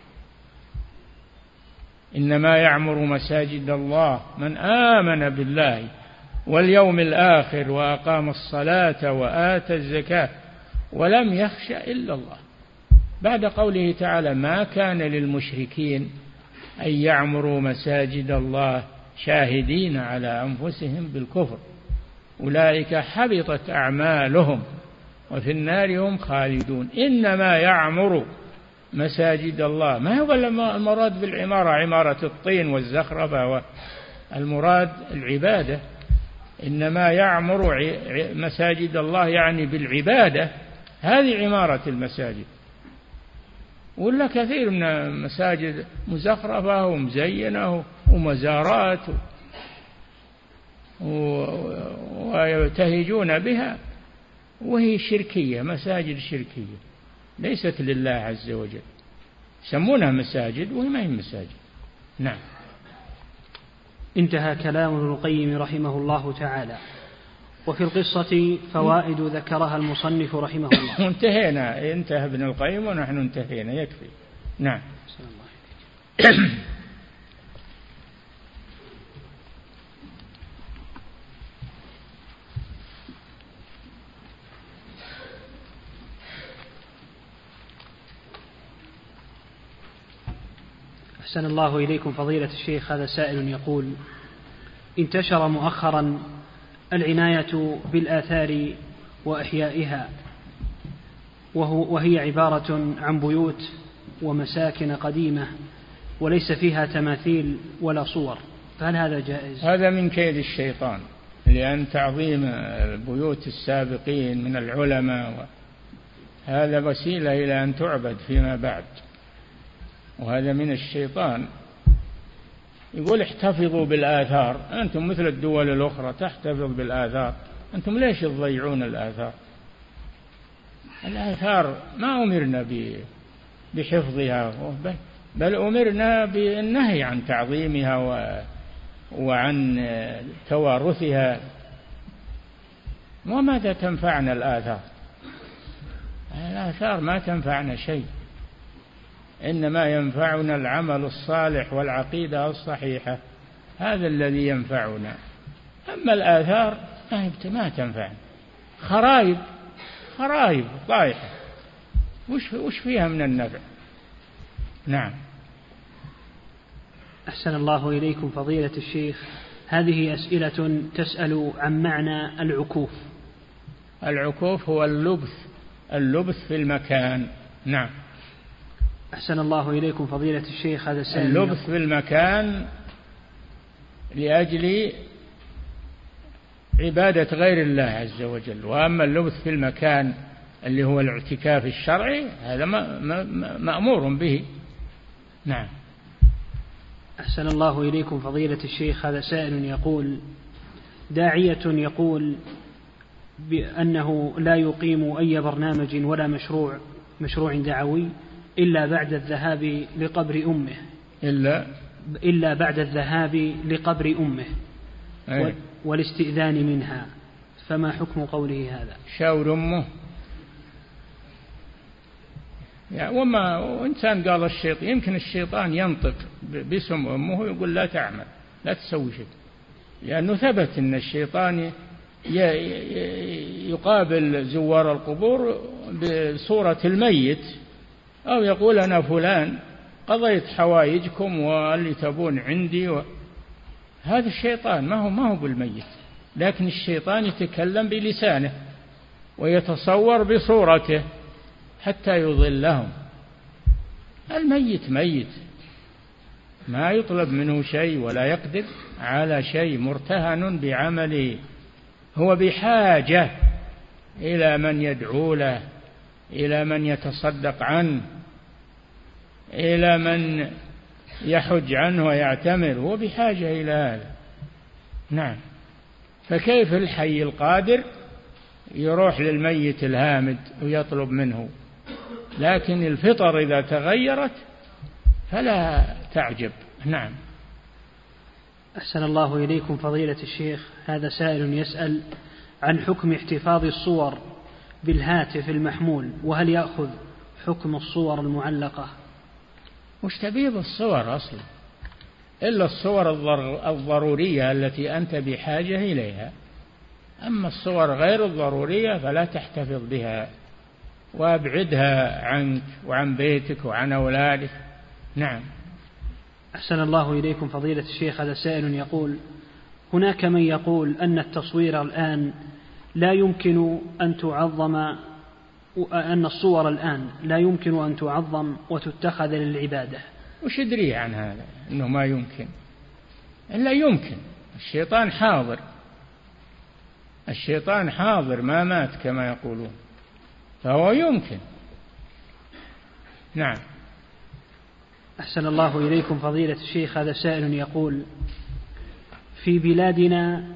إنما يعمر مساجد الله من آمن بالله واليوم الآخر وأقام الصلاة وآتى الزكاة ولم يخش إلا الله، بعد قوله تعالى ما كان للمشركين أن يعمروا مساجد الله شاهدين على أنفسهم بالكفر أولئك حبطت أعمالهم وفي النار هم خالدون. إنما يعمر مساجد الله، ما هو المراد بالعمارة عمارة الطين والزخرفة، المراد العبادة. إنما يعمر مساجد الله يعني بالعبادة، هذه عمارة المساجد. ولا كثير من المساجد مزخرفة ومزينة ومزارات ويبتهجون بها، وهي شركية، مساجد شركية ليست لله عز وجل، يسمونها مساجد وهي ما هي مساجد. نعم. انتهى كلام ابن القيم رحمه الله تعالى. وفي القصة فوائد ذكرها المصنف رحمه الله. انتهينا، انتهى ابن القيم ونحن انتهينا، يكفي. نعم. أحسن الله إليكم فضيلة الشيخ. هذا سائل يقول: انتشر مؤخرا العناية بالآثار وإحيائها، وهي عبارة عن بيوت ومساكن قديمة وليس فيها تماثيل ولا صور، فهل هذا جائز؟ هذا من كيد الشيطان، لأن تعظيم بيوت السابقين من العلماء هذا وسيلة إلى أن تعبد فيما بعد، وهذا من الشيطان. يقول احتفظوا بالآثار، أنتم مثل الدول الأخرى تحتفظ بالآثار، أنتم ليش تضيعون الآثار؟ الآثار ما أمرنا بحفظها، بل أمرنا بالنهي عن تعظيمها وعن توارثها. وماذا تنفعنا الآثار؟ الآثار ما تنفعنا شيء، إنما ينفعنا العمل الصالح والعقيدة الصحيحة، هذا الذي ينفعنا. أما الآثار ما تنفعنا، خرائب طايحة، وش فيها من النفع؟ نعم. أحسن الله إليكم فضيلة الشيخ، هذه أسئلة تسأل عن معنى العكوف. العكوف هو اللبث في المكان. نعم. أحسن الله إليكم فضيلة الشيخ، هذا سائل اللبث في المكان لأجل عبادة غير الله عز وجل. وأما اللبث في المكان اللي هو الاعتكاف الشرعي هذا مأمور به. نعم. أحسن الله إليكم فضيلة الشيخ، هذا سائل يقول: داعية يقول بأنه لا يقيم أي برنامج ولا مشروع دعوي إلا بعد الذهاب لقبر أمه، إلا بعد الذهاب لقبر أمه والاستئذان منها، فما حكم قوله هذا؟ شاور أمه يعني. وما إنسان قال الشيطان، يمكن الشيطان ينطق باسم أمه ويقول لا تعمل، لا تسوي شيء، لأنه ثبت أن الشيطان يقابل زوار القبور بصورة الميت، أو يقول أنا فلان قضيت حوائجكم واللي تبون عندي هذا الشيطان ما هو بالميت، لكن الشيطان يتكلم بلسانه ويتصور بصورته حتى يضلهم. الميت ميت، ما يطلب منه شيء ولا يقدر على شيء، مرتهن بعمله، هو بحاجة إلى من يدعو له، إلى من يتصدق عنه، إلى من يحج عنه ويعتمر، هو بحاجة إلى هذا. نعم. فكيف الحي القادر يروح للميت الهامد ويطلب منه؟ لكن الفطر إذا تغيرت فلا تعجب. نعم. أحسن الله إليكم فضيلة الشيخ، هذا سائل يسأل عن حكم احتفاظ الصور بالهاتف المحمول، وهل يأخذ حكم الصور المعلقة؟ مش تبيه بالصور أصلا، إلا الصور الضرورية التي أنت بحاجة إليها، أما الصور غير الضرورية فلا تحتفظ بها، وابعدها عنك وعن بيتك وعن أولادك. نعم. أحسن الله إليكم فضيلة الشيخ، هذا سائل يقول: هناك من يقول أن التصوير الآن لا يمكن أن تعظم، أن الصور الآن لا يمكن أن تعظم وتتخذ للعبادة. وش يدري عن هذا أنه ما يمكن؟ إلا يمكن. الشيطان حاضر، الشيطان حاضر ما مات كما يقولون، فهو يمكن. نعم. أحسن الله إليكم فضيلة الشيخ، هذا سائل يقول: في بلادنا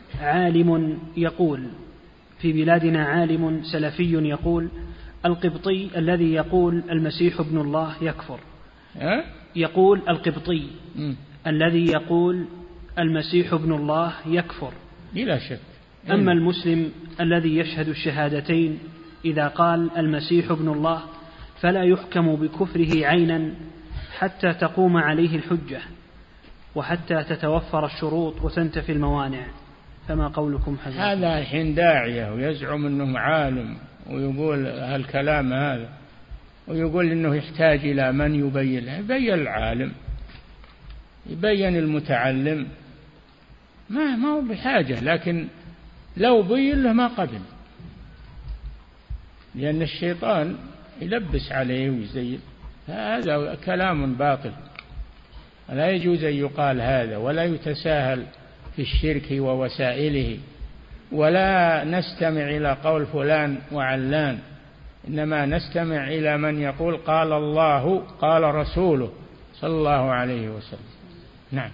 عالم سلفي يقول القبطي الذي يقول المسيح ابن الله يكفر. يقول القبطي الذي يقول المسيح ابن الله يكفر بلا شك. أما المسلم الذي يشهد الشهادتين إذا قال المسيح ابن الله فلا يحكم بكفره عينا حتى تقوم عليه الحجة وحتى تتوفر الشروط وتنتفي الموانع، فما قولكم حضرتك؟ هذا حين داعية ويزعم أنه عالم ويقول هالكلام هذا، ويقول أنه يحتاج إلى من يبين له. يبين العالم، يبين المتعلم، ما هو بحاجة، لكن لو بين له ما قبل، لأن الشيطان يلبس عليه ويزين. هذا كلام باطل، لا يجوز أن يقال هذا، ولا يتساهل في الشرك ووسائله، ولا نستمع إلى قول فلان وعلان، إنما نستمع إلى من يقول قال الله قال رسوله صلى الله عليه وسلم. نعم.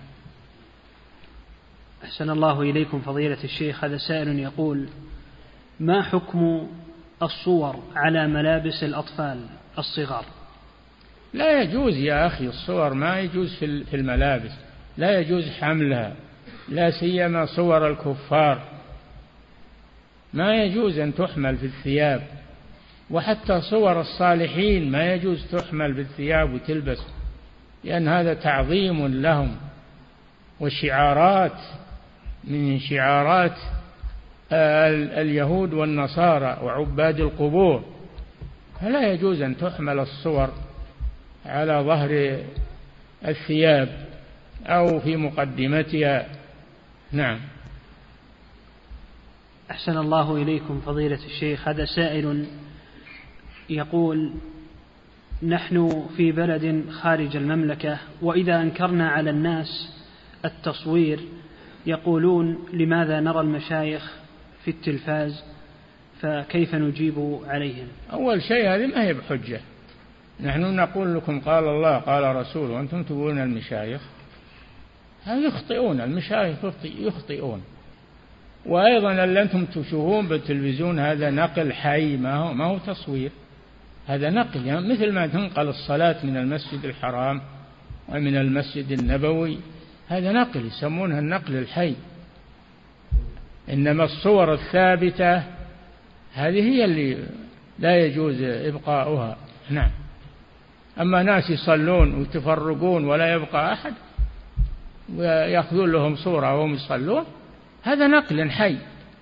أحسن الله إليكم فضيلة الشيخ. هذا سائل يقول: ما حكم الصور على ملابس الأطفال الصغار؟ لا يجوز يا أخي، الصور ما يجوز في الملابس، لا يجوز حملها، لا سيما صور الكفار، ما يجوز أن تحمل في الثياب، وحتى صور الصالحين ما يجوز تحمل بالثياب وتلبس، لأن هذا تعظيم لهم وشعارات من شعارات اليهود والنصارى وعباد القبور، فلا يجوز أن تحمل الصور على ظهر الثياب أو في مقدمتها. نعم. أحسن الله إليكم فضيلة الشيخ. هذا سائل يقول: نحن في بلد خارج المملكة، وإذا أنكرنا على الناس التصوير يقولون لماذا نرى المشايخ في التلفاز، فكيف نجيب عليهم؟ أول شيء هذه ما هي بحجة، نحن نقول لكم قال الله قال رسوله وأنتم تقولون المشايخ، يخطئون، المشايخ يخطئون. وأيضا اللي أنتم تشوفون بالتلفزيون هذا نقل حي، ما هو تصوير، هذا نقل، يعني مثل ما تنقل الصلاة من المسجد الحرام ومن المسجد النبوي، هذا نقل يسمونها النقل الحي. إنما الصور الثابتة هذه هي اللي لا يجوز إبقاؤها. نعم. أما ناس يصلون ويتفرقون ولا يبقى أحد ويأخذون لهم صورة وهم يصلون، هذا نقل حي،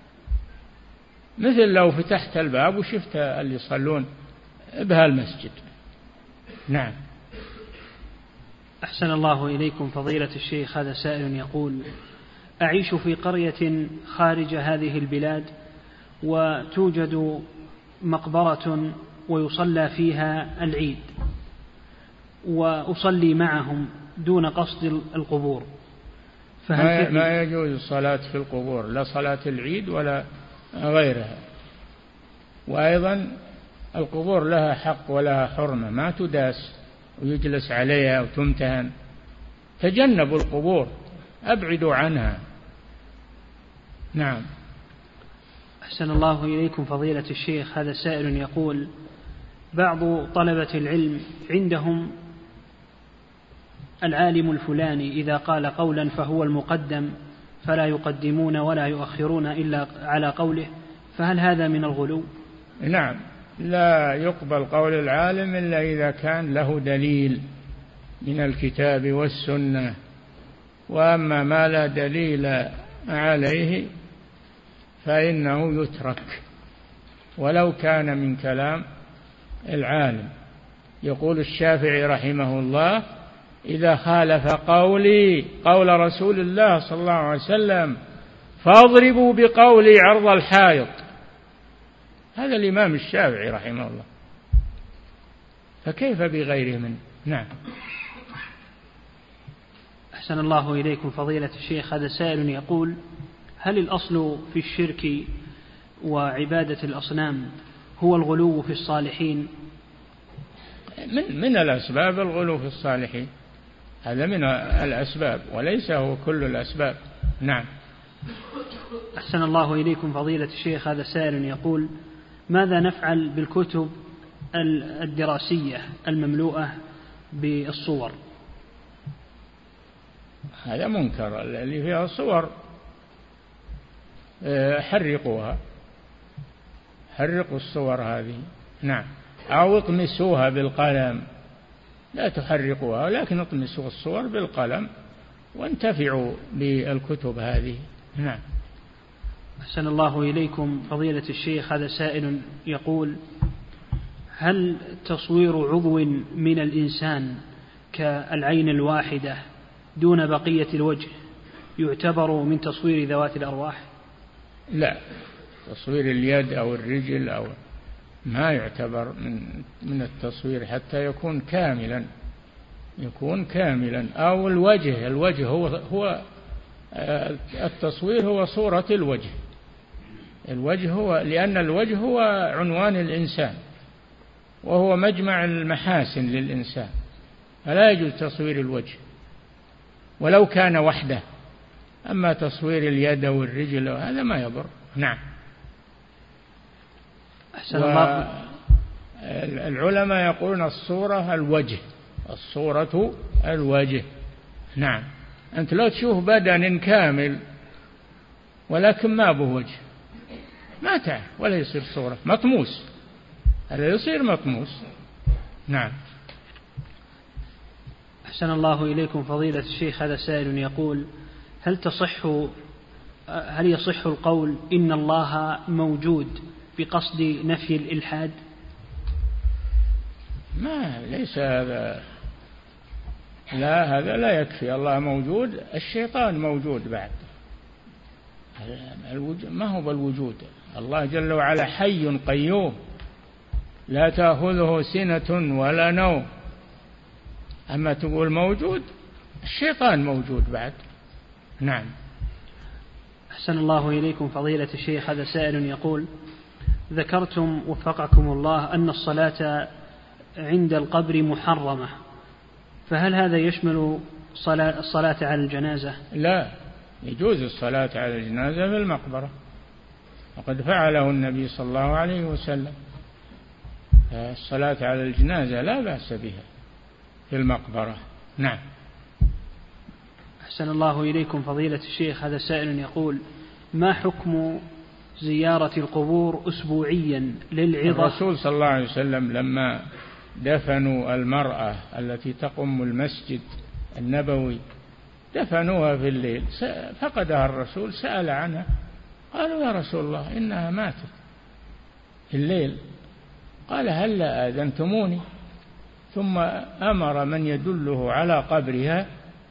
مثل لو فتحت الباب وشفت اللي يصلون بهالمسجد. نعم. أحسن الله إليكم فضيلة الشيخ. هذا سائل يقول: أعيش في قرية خارج هذه البلاد، وتوجد مقبرة ويصلى فيها العيد، وأصلي معهم دون قصد القبور، ما يجوز الصلاة في القبور، لا صلاة العيد ولا غيرها. وأيضا القبور لها حق ولها حرمة، ما تداس ويجلس عليها وتمتهن. تجنبوا القبور، أبعدوا عنها. نعم. أحسن الله إليكم فضيلة الشيخ. هذا سائل يقول: بعض طلبة العلم عندهم العالم الفلاني إذا قال قولا فهو المقدم، فلا يقدمون ولا يؤخرون إلا على قوله، فهل هذا من الغلو؟ نعم، لا يقبل قول العالم إلا إذا كان له دليل من الكتاب والسنة، وأما ما لا دليل عليه فإنه يترك ولو كان من كلام العالم. يقول الشافعي رحمه الله: إذا خالف قولي قول رسول الله صلى الله عليه وسلم فاضربوا بقولي عرض الحائط. هذا الإمام الشافعي رحمه الله، فكيف بغيره منه؟ نعم. أحسن الله إليكم فضيلة الشيخ. هذا سائل يقول: هل الأصل في الشرك وعبادة الأصنام هو الغلو في الصالحين؟ من الأسباب الغلو في الصالحين، هذا من الأسباب وليس هو كل الأسباب. نعم. أحسن الله إليكم فضيلة الشيخ. هذا سائل يقول: ماذا نفعل بالكتب الدراسية المملوءة بالصور؟ هذا منكر، اللي فيها صور حرقوها، حرقوا الصور هذه. نعم. أو اطمسوها بالقلم، لا تحرقوها لكن اطمسوا الصور بالقلم وانتفعوا بالكتب هذه. نعم. أحسن الله إليكم فضيلة الشيخ. هذا سائل يقول: هل تصوير عضو من الإنسان كالعين الواحدة دون بقية الوجه يعتبر من تصوير ذوات الأرواح؟ لا، تصوير اليد أو الرجل أو ما يعتبر من التصوير حتى يكون كاملا. أو الوجه هو التصوير هو صورة الوجه هو، لأن الوجه هو عنوان الإنسان وهو مجمع المحاسن للإنسان، فلا يجوز تصوير الوجه ولو كان وحده. أما تصوير اليد والرجل هذا ما يضر. نعم. العلماء يقولون الصورة الوجه. نعم. أنت لو تشوف بدن كامل ولكن ما به وجه ما تعرف، ولا يصير صورة، مطموس، هذا يصير مطموس. نعم. أحسن الله إليكم فضيلة الشيخ، هذا سائل يقول: هل يصح القول إن الله موجود بقصد نفي الإلحاد؟ ليس هذا، لا، هذا لا يكفي. الله موجود، الشيطان موجود بعد. ما هو بالوجود. الله جل وعلا حي قيوم لا تأخذه سنة ولا نوم. أما تقول موجود، الشيطان موجود بعد. نعم. أحسن الله إليكم فضيلة الشيخ، هذا سائل يقول: ذكرتم وفقكم الله أن الصلاة عند القبر محرمة، فهل هذا يشمل الصلاة على الجنازة؟ لا، يجوز الصلاة على الجنازة في المقبرة، وقد فعله النبي صلى الله عليه وسلم. الصلاة على الجنازة لا بأس بها في المقبرة. نعم. أحسن الله إليكم فضيلة الشيخ، هذا سائل يقول: ما حكم زيارة القبور أسبوعيا للعظة؟ الرسول صلى الله عليه وسلم لما دفنوا المرأة التي تقم المسجد النبوي دفنوها في الليل، فقدها الرسول، سأل عنها، قالوا: يا رسول الله إنها ماتت في الليل. قال: هلا آذنتموني؟ ثم أمر من يدله على قبرها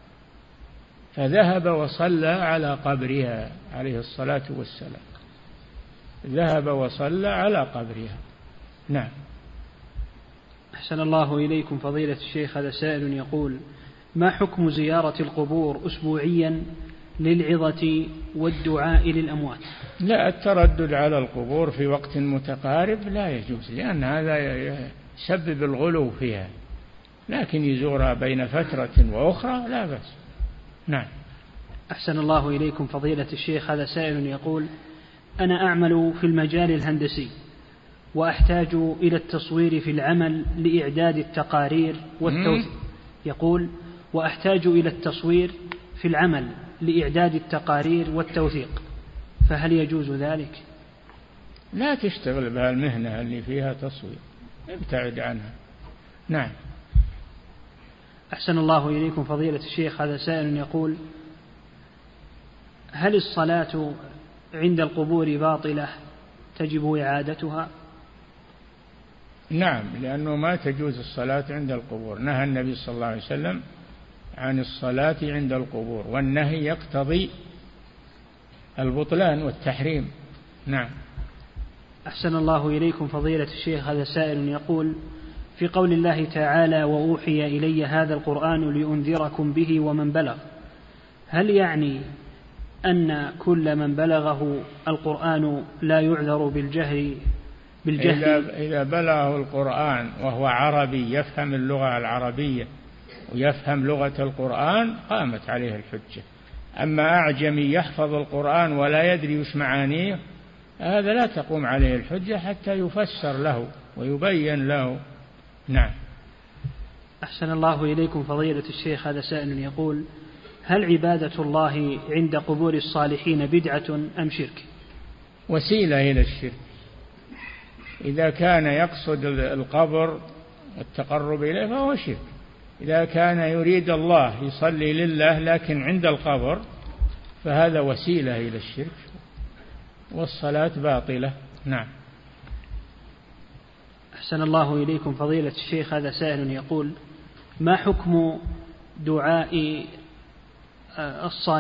فذهب وصلى على قبرها عليه الصلاة والسلام، ذهب وصلى على قبرها. نعم. أحسن الله إليكم فضيلة الشيخ، هذا سائل يقول: ما حكم زيارة القبور أسبوعيا للعظة والدعاء للأموات؟ لا، التردد على القبور في وقت متقارب لا يجوز، لأن هذا يسبب الغلو فيها، لكن يزورها بين فترة وأخرى لا بأس. نعم. أحسن الله إليكم فضيلة الشيخ، هذا سائل يقول: أنا أعمل في المجال الهندسي وأحتاج إلى التصوير في العمل لإعداد التقارير والتوثيق. يقول: وأحتاج إلى التصوير في العمل لإعداد التقارير والتوثيق، فهل يجوز ذلك؟ لا تشتغل بها المهنة اللي فيها تصوير، ابتعد عنها. نعم. أحسن الله إليكم فضيلة الشيخ، هذا سائل يقول: هل الصلاة عند القبور باطلة تجب إعادتها؟ نعم، لأنه ما تجوز الصلاة عند القبور، نهى النبي صلى الله عليه وسلم عن الصلاة عند القبور، والنهي يقتضي البطلان والتحريم. نعم. أحسن الله إليكم فضيلة الشيخ، هذا سائل يقول: في قول الله تعالى: وأوحي إلي هذا القرآن لأنذركم به ومن بلغ، هل يعني أن كل من بلغه القرآن لا يعذر بالجهل؟ إذا بلغه القرآن وهو عربي يفهم اللغة العربية ويفهم لغة القرآن قامت عليه الحجة. أما أعجمي يحفظ القرآن ولا يدري وش معانيه، هذا لا تقوم عليه الحجة حتى يفسر له ويبين له. نعم. أحسن الله إليكم فضيلة الشيخ، هذا سائل يقول: هل عبادة الله عند قبور الصالحين بدعة أم شرك؟ وسيلة إلى الشرك. إذا كان يقصد القبر والتقرب إليه فهو شرك. إذا كان يريد الله يصلي لله لكن عند القبر فهذا وسيلة إلى الشرك، والصلاة باطلة. نعم. أحسن الله إليكم فضيلة الشيخ، هذا سائل يقول: ما حكم دعاء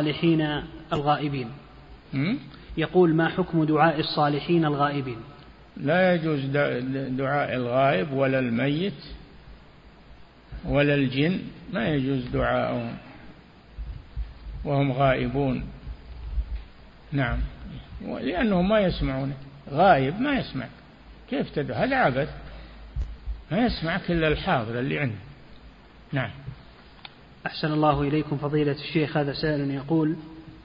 الصالحين الغائبين؟ يقول: ما حكم دعاء الصالحين الغائبين؟ لا يجوز دعاء الغائب ولا الميت ولا الجن، ما يجوز دعاءهم وهم غائبون. نعم، لأنهم ما يسمعون. غائب ما يسمع، كيف تدعو؟ هذا عبث، ما يسمعك إلا الحاضر اللي عنده. نعم. أحسن الله إليكم فضيلة الشيخ. هذا سائل يقول: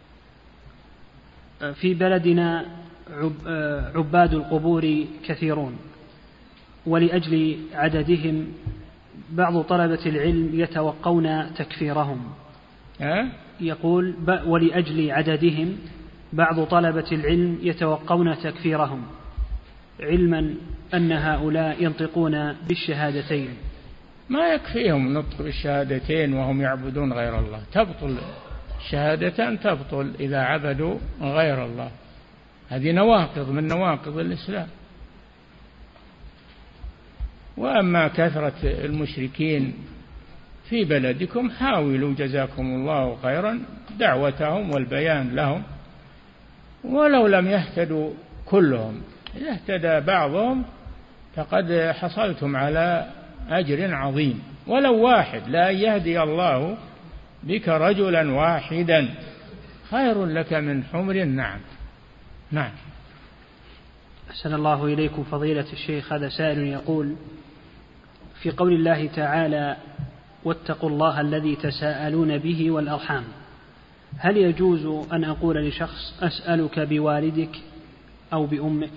في بلدنا عباد القبور كثيرون، ولأجل عددهم بعض طلبة العلم يتوقون تكفيرهم. يقول: ولأجل عددهم بعض طلبة العلم يتوقون تكفيرهم، علما أن هؤلاء ينطقون بالشهادتين. ما يكفيهم نطق بالشهادتين وهم يعبدون غير الله، تبطل الشهادتان، تبطل إذا عبدوا غير الله. هذه نواقض من نواقض الإسلام. وأما كثرة المشركين في بلدكم حاولوا جزاكم الله خيرا دعوتهم والبيان لهم، ولو لم يهتدوا كلهم، إذا اهتدى بعضهم فقد حصلتم على أجر عظيم، ولو واحد. لا يهدي الله بك رجلا واحدا خير لك من حمر النعم. نعم. أحسن الله إليكم فضيلة الشيخ. هذا سائل يقول: في قول الله تعالى: واتقوا الله الذي تساءلون به والأرحام، هل يجوز أن أقول لشخص أسألك بوالدك أو بأمك؟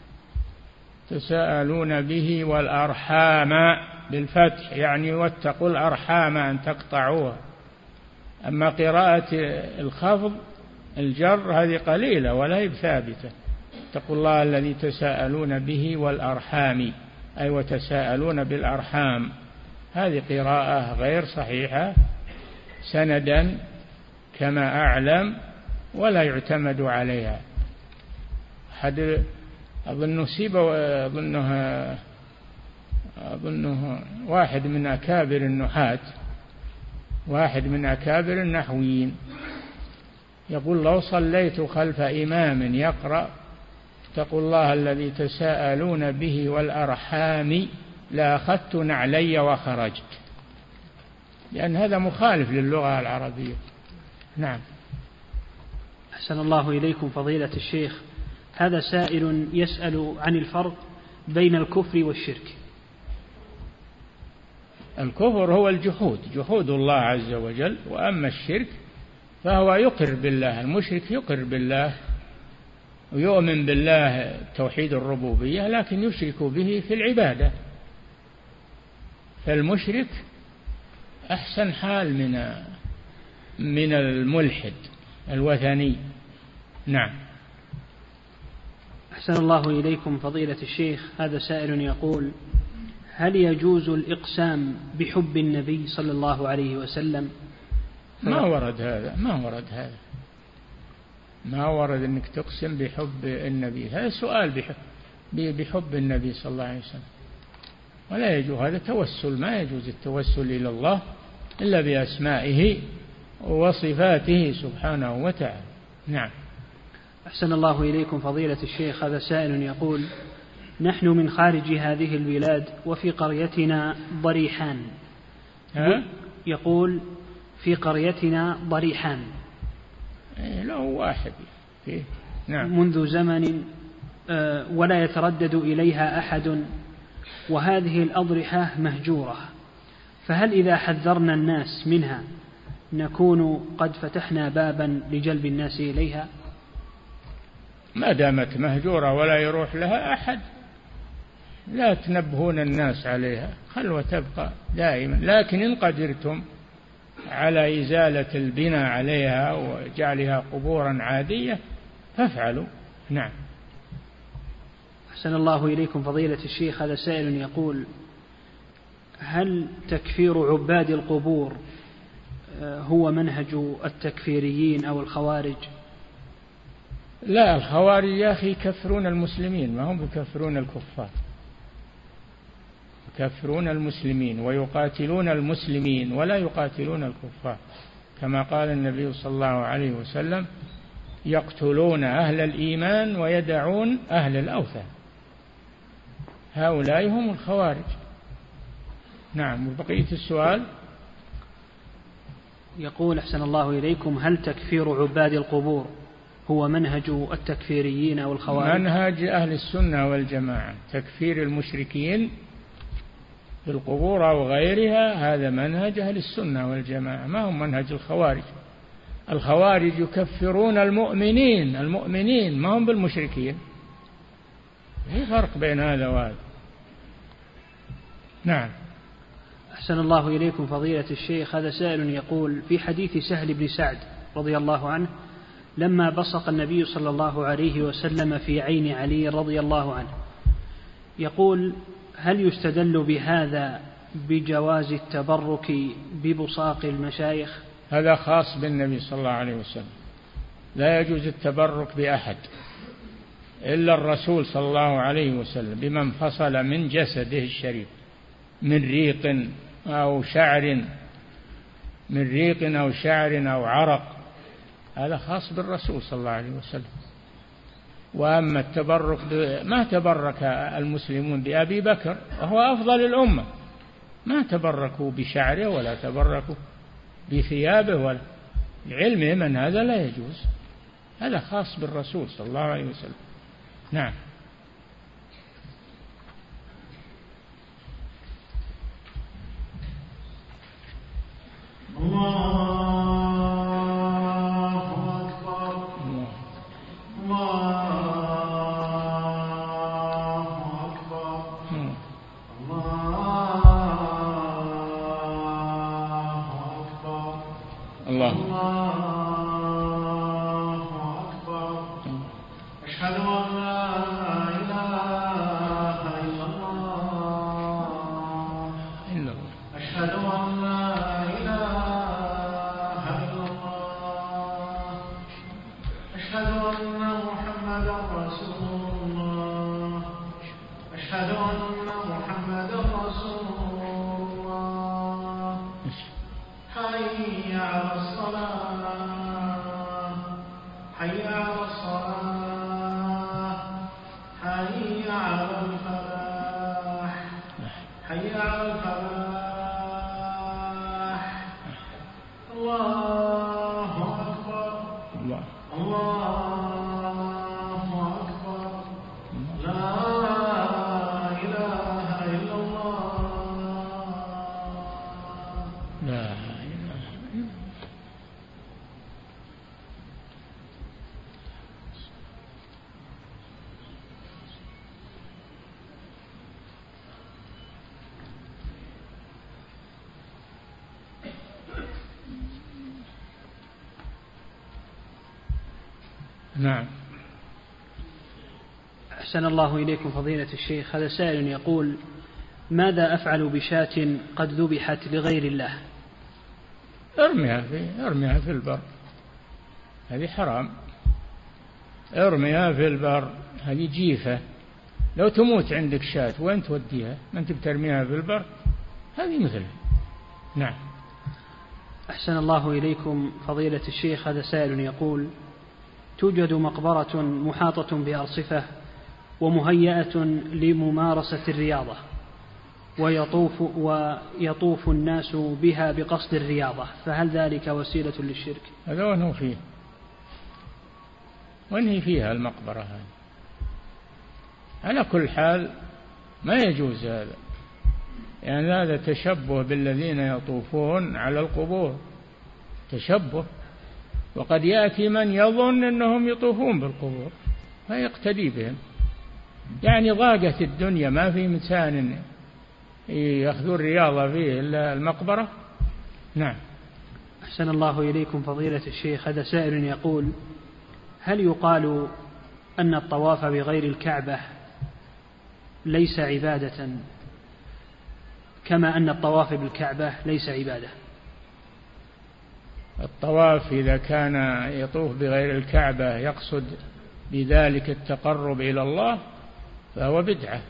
تساءلون به والأرحام بالفتح، يعني واتقوا الأرحام أن تقطعوها. أما قراءة الخفض الجر هذه قليلة ولا هي ثابتة. اتقوا الله الذي تساءلون به والأرحام، أي وتساءلون بالأرحام. هذه قراءة غير صحيحة سندا كما أعلم، ولا يعتمد عليها. أظنه واحد من أكابر النحاة، واحد من أكابر النحويين، يقول: لو صليت خلف إمام يقرأ اتقوا الله الذي تساءلون به والأرحام لأخذت نعلي وخرجت، لأن هذا مخالف للغة العربية. نعم. أحسن الله إليكم فضيلة الشيخ. هذا سائل يسأل عن الفرق بين الكفر والشرك. الكفر هو الجحود، جحود الله عز وجل، وأما الشرك فهو يقر بالله. المشرك يقر بالله ويؤمن بالله توحيد الربوبية، لكن يشرك به في العبادة. فالمشرك أحسن حال من الملحد الوثني. نعم. أحسن الله إليكم فضيلة الشيخ. هذا سائل يقول: هل يجوز الإقسام بحب النبي صلى الله عليه وسلم؟ ما ورد هذا، ما ورد أنك تقسم بحب النبي. هذا سؤال بحب النبي صلى الله عليه وسلم، ولا يجوز. هذا توسل، ما يجوز التوسل إلى الله إلا بأسمائه وصفاته سبحانه وتعالى. نعم. أحسن الله إليكم فضيلة الشيخ. هذا سائل يقول: نحن من خارج هذه البلاد وفي قريتنا ضريحان. يقول: في قريتنا ضريحان له واحد فيه. نعم. منذ زمن ولا يتردد إليها أحد، وهذه الأضرحة مهجورة، فهل إذا حذرنا الناس منها نكون قد فتحنا بابا لجلب الناس إليها؟ ما دامت مهجورة ولا يروح لها أحد لا تنبهون الناس عليها، خلوة تبقى دائما. لكن إن قدرتم على إزالة البناء عليها وجعلها قبورا عادية فافعلوا. نعم. أحسن الله إليكم فضيلة الشيخ. هذا سائل يقول: هل تكفير عباد القبور هو منهج التكفيريين أو الخوارج؟ لا، الخوارج يا أخي يكفرون المسلمين، ما هم يكفرون الكفار، يكفرون المسلمين ويقاتلون المسلمين ولا يقاتلون الكفار، كما قال النبي صلى الله عليه وسلم: يقتلون أهل الإيمان ويدعون أهل الأوثان. هؤلاء هم الخوارج. نعم. وبقية السؤال يقول: أحسن الله إليكم، هل تكفير عباد القبور هو منهج التكفيريين أو الخوارج؟ منهج أهل السنة والجماعة. تكفير المشركين في القبور أو غيرها هذا منهج أهل السنة والجماعة، ما هو منهج الخوارج. الخوارج يكفرون المؤمنين ما هم بالمشركين. في فرق بين هذا وهذا. نعم. أحسن الله إليكم فضيلة الشيخ، هذا سائل يقول: في حديث سهل بن سعد رضي الله عنه لما بصق النبي صلى الله عليه وسلم في عين علي رضي الله عنه، يقول: هل يستدل بهذا بجواز التبرك ببصاق المشايخ؟ هذا خاص بالنبي صلى الله عليه وسلم، لا يجوز التبرك بأحد إلا الرسول صلى الله عليه وسلم بما انفصل من جسده الشريف من ريق أو شعر أو عرق، هذا خاص بالرسول صلى الله عليه وسلم. وأما التبرك ما تبرك المسلمون بأبي بكر وهو أفضل الأمة، ما تبركوا بشعره ولا تبركوا بثيابه ولا علمهم أن هذا لا يجوز، هذا خاص بالرسول صلى الله عليه وسلم. نعم. نعم. أحسن الله إليكم فضيلة الشيخ، هذا سائل يقول: ماذا أفعل بشاة قد ذبحت لغير الله؟ ارميها في البر، هذه حرام. ارميها في البر، هذه جيفة. لو تموت عندك شاة وين توديها؟ ما أنت بترميها في البر، هذه مثلها. نعم. أحسن الله إليكم فضيلة الشيخ، هذا سائل يقول: توجد مقبرة محاطة بأرصفة ومهيئة لممارسة الرياضة، ويطوف الناس بها بقصد الرياضة، فهل ذلك وسيلة للشرك؟ هذا وانهي فيها المقبرة هذه. على كل حال ما يجوز هذا، يعني هذا تشبه بالذين يطوفون على القبور، تشبه. وقد يأتي من يظن أنهم يطوفون بالقبور فيقتدي بهم، يعني ضاقت الدنيا ما في إنسان يأخذوا الرياضة فيه إلا المقبرة. نعم. أحسن الله إليكم فضيلة الشيخ، هذا سائل يقول: هل يقال أن الطواف بغير الكعبة ليس عبادة كما أن الطواف بالكعبة ليس عبادة؟ الطواف إذا كان يطوف بغير الكعبة يقصد بذلك التقرب إلى الله فهو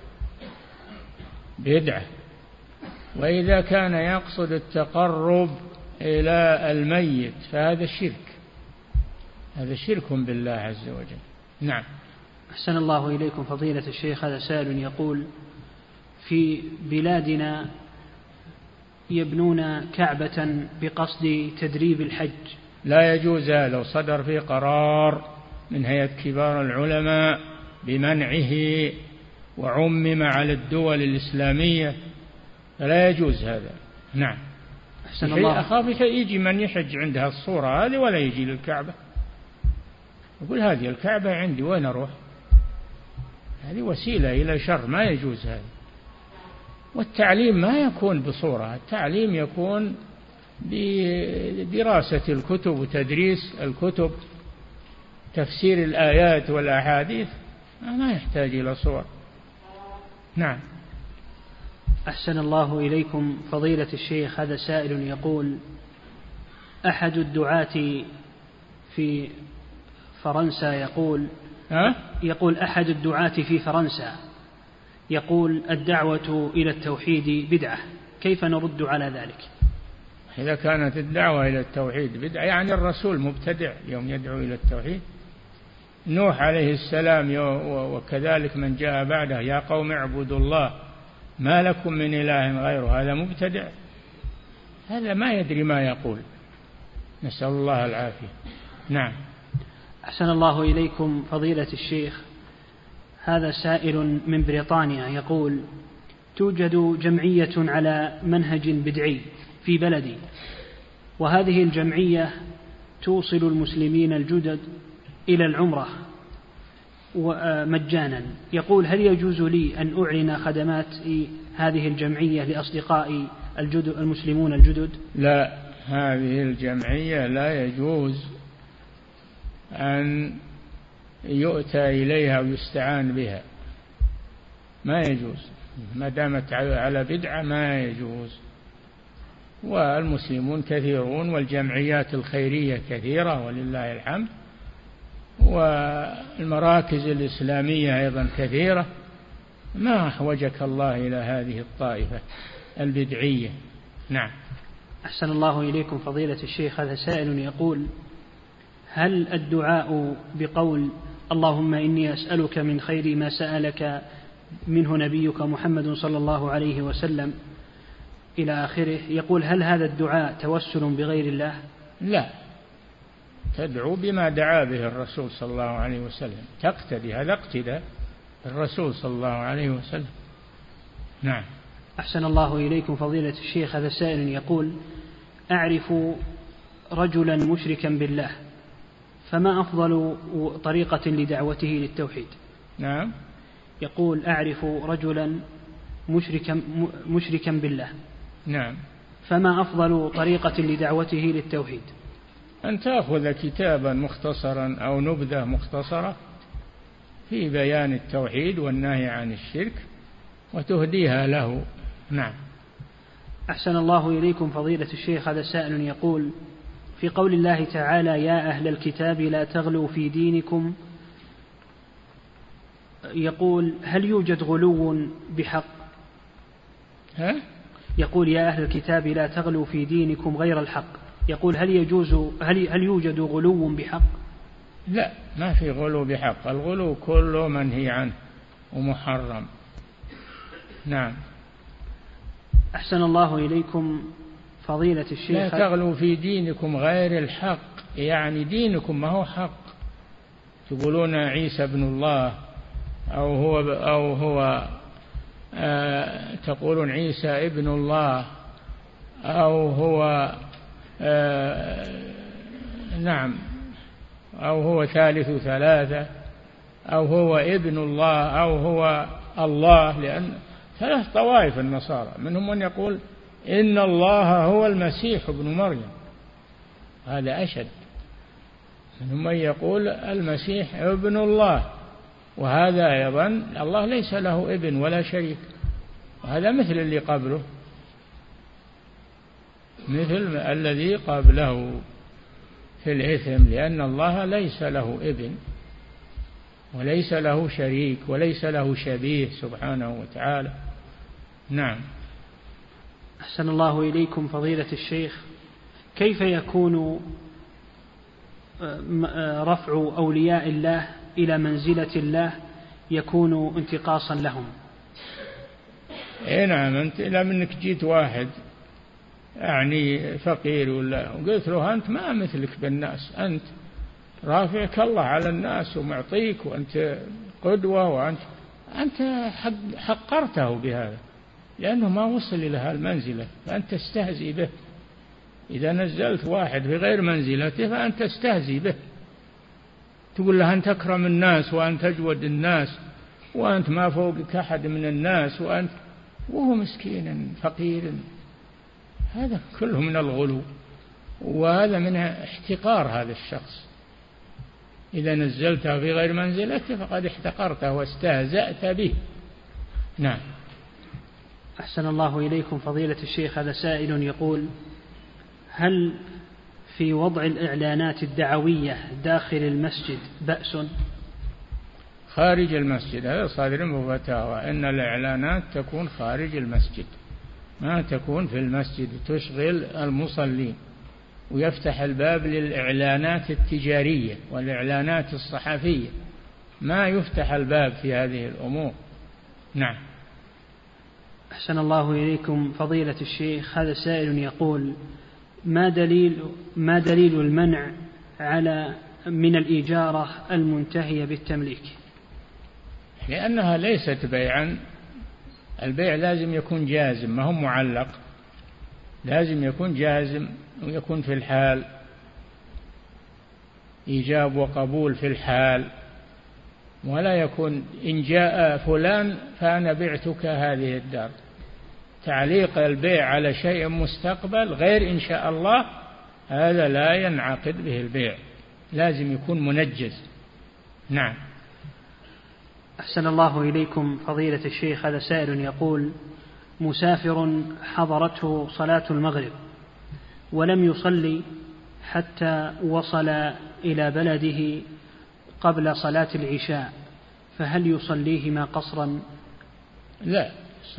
بدعة. وإذا كان يقصد التقرب إلى الميت فهذا شرك، هذا شرك بالله عز وجل. نعم. أحسن الله إليكم فضيلة الشيخ، هذا سائل يقول: في بلادنا يبنون كعبة بقصد تدريب الحج. لا يجوز هذا، لو صدر فيه قرار من هيئة كبار العلماء بمنعه وعمم على الدول الإسلامية فلا يجوز هذا. نعم. أخاف يجي من يحج عندها الصورة هذه ولا يجي للكعبة، يقول هذه الكعبة عندي وين أروح؟ هذه وسيلة إلى شر، ما يجوز هذا. والتعليم ما يكون بصورة، التعليم يكون بدراسة الكتب وتدريس الكتب، تفسير الآيات والأحاديث، ما يحتاج إلى صور. نعم. أحسن الله إليكم فضيلة الشيخ، هذا سائل يقول: أحد الدعاة في فرنسا يقول أحد الدعاة في فرنسا يقول الدعوة إلى التوحيد بدعة، كيف نرد على ذلك؟ إذا كانت الدعوة إلى التوحيد بدعة يعني الرسول مبتدع يوم يدعو إلى التوحيد. نوح عليه السلام وكذلك من جاء بعده: يا قوم اعبدوا الله ما لكم من إله غيره. هذا مبتدع، هذا ما يدري ما يقول، نسأل الله العافية. نعم. أحسن الله إليكم فضيلة الشيخ، هذا سائل من بريطانيا يقول: توجد جمعية على منهج بدعي في بلدي، وهذه الجمعية توصل المسلمين الجدد إلى العمرة مجانا. يقول: هل يجوز لي أن أعلن خدمات هذه الجمعية لأصدقائي المسلمون الجدد؟ لا، هذه الجمعية لا يجوز أن يؤتى إليها ويستعان بها، ما يجوز، ما دامت على بدعة ما يجوز. والمسلمون كثيرون والجمعيات الخيرية كثيرة ولله الحمد، والمراكز الإسلامية أيضا كثيرة، ما أحوجك الله إلى هذه الطائفة البدعية. نعم. أحسن الله إليكم فضيلة الشيخ، هذا سائل يقول: هل الدعاء بقول اللهم إني أسألك من خير ما سألك منه نبيك محمد صلى الله عليه وسلم إلى آخره، يقول: هل هذا الدعاء توسل بغير الله؟ لا، تدعو بما دعا به الرسول صلى الله عليه وسلم، تقتدي، هذا اقتداء الرسول صلى الله عليه وسلم. نعم. أحسن الله إليكم فضيلة الشيخ، هذا سائل يقول: أعرف رجلا مشركا بالله، فما أفضل طريقة لدعوته للتوحيد؟ نعم. يقول: أعرف رجلا مشركا بالله. نعم. فما أفضل طريقة لدعوته للتوحيد؟ أن تأخذ كتابا مختصرا أو نبذة مختصرة في بيان التوحيد والنهي عن الشرك وتهديها له. نعم. أحسن الله إليكم فضيلة الشيخ، هذا سائل يقول: في قول الله تعالى يا أهل الكتاب لا تغلوا في دينكم، يقول: هل يوجد غلو بحق؟ يقول: يا أهل الكتاب لا تغلوا في دينكم غير الحق، يقول: هل يوجد غلو بحق؟ لا، ما في غلو بحق، الغلو كله منهي عنه ومحرم. نعم. أحسن الله إليكم فضيلة الشيخ، لا تغلوا في دينكم غير الحق، يعني دينكم ما هو حق، تقولون عيسى ابن الله أو هو تقولون عيسى ابن الله أو هو نعم أو هو ثالث ثلاثة أو هو ابن الله أو هو الله، لأن ثلاث طوائف النصارى، منهم من يقول إن الله هو المسيح ابن مريم، هذا أشد، منهم من يقول المسيح ابن الله، وهذا أيضا الله ليس له ابن ولا شريك، وهذا مثل اللي قبله، مثل الذي قبله في الإثم، لأن الله ليس له ابن وليس له شريك وليس له شبيه سبحانه وتعالى. نعم. أحسن الله إليكم فضيلة الشيخ، كيف يكون رفع أولياء الله إلى منزلة الله يكون انتقاصا لهم؟ إيه نعم. أنت إذا منك جيت واحد يعني فقير وقلت له أنت ما مثلك بالناس، أنت رافعك الله على الناس ومعطيك وأنت قدوة، وأنت حقرته بهذا لأنه ما وصل إلى هالمنزلة، فأنت تستهزئ به. إذا نزلت واحد في غير منزلته فأنت تستهزئ به، تقول له أنت أكرم الناس وأنت أجود الناس وأنت ما فوقك أحد من الناس، وهو مسكين فقير. هذا كله من الغلو، وهذا من احتقار هذا الشخص. إذا نزلته في غير منزلته فقد احتقرته واستهزأت به. نعم. أحسن الله إليكم فضيلة الشيخ. هذا سائل يقول: هل في وضع الإعلانات الدعوية داخل المسجد بأس؟ خارج المسجد هذا صادر من فتاوى أن الإعلانات تكون خارج المسجد، ما تكون في المسجد تشغل المصلين، ويفتح الباب للإعلانات التجارية والإعلانات الصحفية، ما يفتح الباب في هذه الأمور. نعم. أحسن الله إليكم فضيلة الشيخ. هذا سائل يقول: ما دليل المنع من الإجارة المنتهية بالتمليك؟ لأنها ليست بيعا. البيع لازم يكون جازم، ما هو معلق، لازم يكون جازم ويكون في الحال، إيجاب وقبول في الحال، ولا يكون إن جاء فلان فأنا بعتك هذه الدار. تعليق البيع على شيء مستقبل غير إن شاء الله هذا لا ينعقد به البيع، لازم يكون منجز. نعم. أحسن الله إليكم فضيلة الشيخ. هذا سائل يقول: مسافر حضرته صلاة المغرب ولم يصلي حتى وصل إلى بلده قبل صلاة العشاء، فهل يصليهما قصرا؟ لا،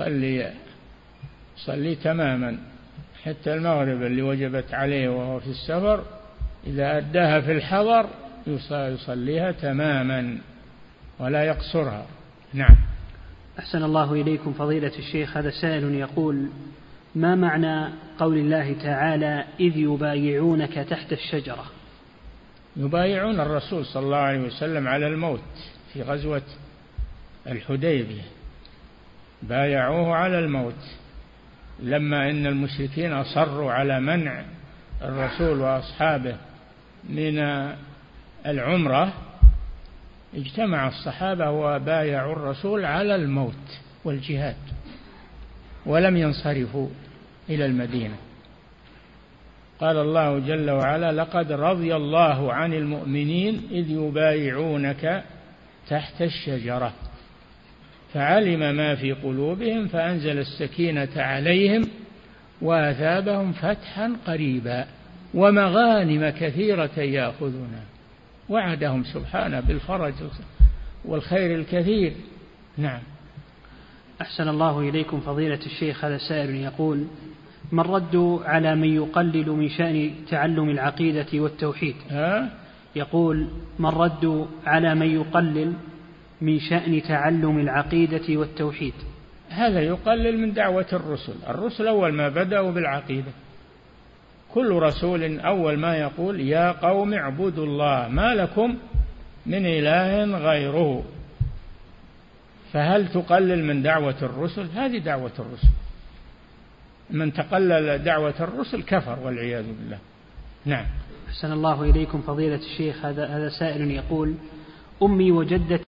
صلي تماما حتى المغرب اللي وجبت عليه وهو في السفر، إذا أداها في الحضر يصليها تماما ولا يقصرها. نعم. أحسن الله إليكم فضيلة الشيخ. هذا سائل يقول: ما معنى قول الله تعالى: إذ يبايعونك تحت الشجرة؟ يبايعون الرسول صلى الله عليه وسلم على الموت في غزوة الحديبية، بايعوه على الموت لما إن المشركين أصروا على منع الرسول وأصحابه من العمرة، اجتمع الصحابة وبايعوا الرسول على الموت والجهاد ولم ينصرفوا إلى المدينة. قال الله جل وعلا: لقد رضي الله عن المؤمنين إذ يبايعونك تحت الشجرة فعلم ما في قلوبهم فأنزل السكينة عليهم وأثابهم فتحا قريبا ومغانم كثيرة يأخذونها، وعدهم سبحانه بالفرج والخير الكثير. نعم. أحسن الله إليكم فضيلة الشيخ. هذا سائل يقول: ما الرد على من يقلل من شأن تعلم العقيدة والتوحيد؟ يقول: ما الرد على من يقلل من شأن تعلم العقيدة والتوحيد؟ هذا يقلل من دعوة الرسل أول ما بدأوا بالعقيدة، كل رسول أول ما يقول: يا قوم اعبدوا الله ما لكم من إله غيره. فهل تقلل من دعوة الرسل؟ هذه دعوة الرسل، من تقلل دعوة الرسل كفر والعياذ بالله. نعم. أحسن الله إليكم فضيلة الشيخ. هذا سائل يقول: أمي وجدتي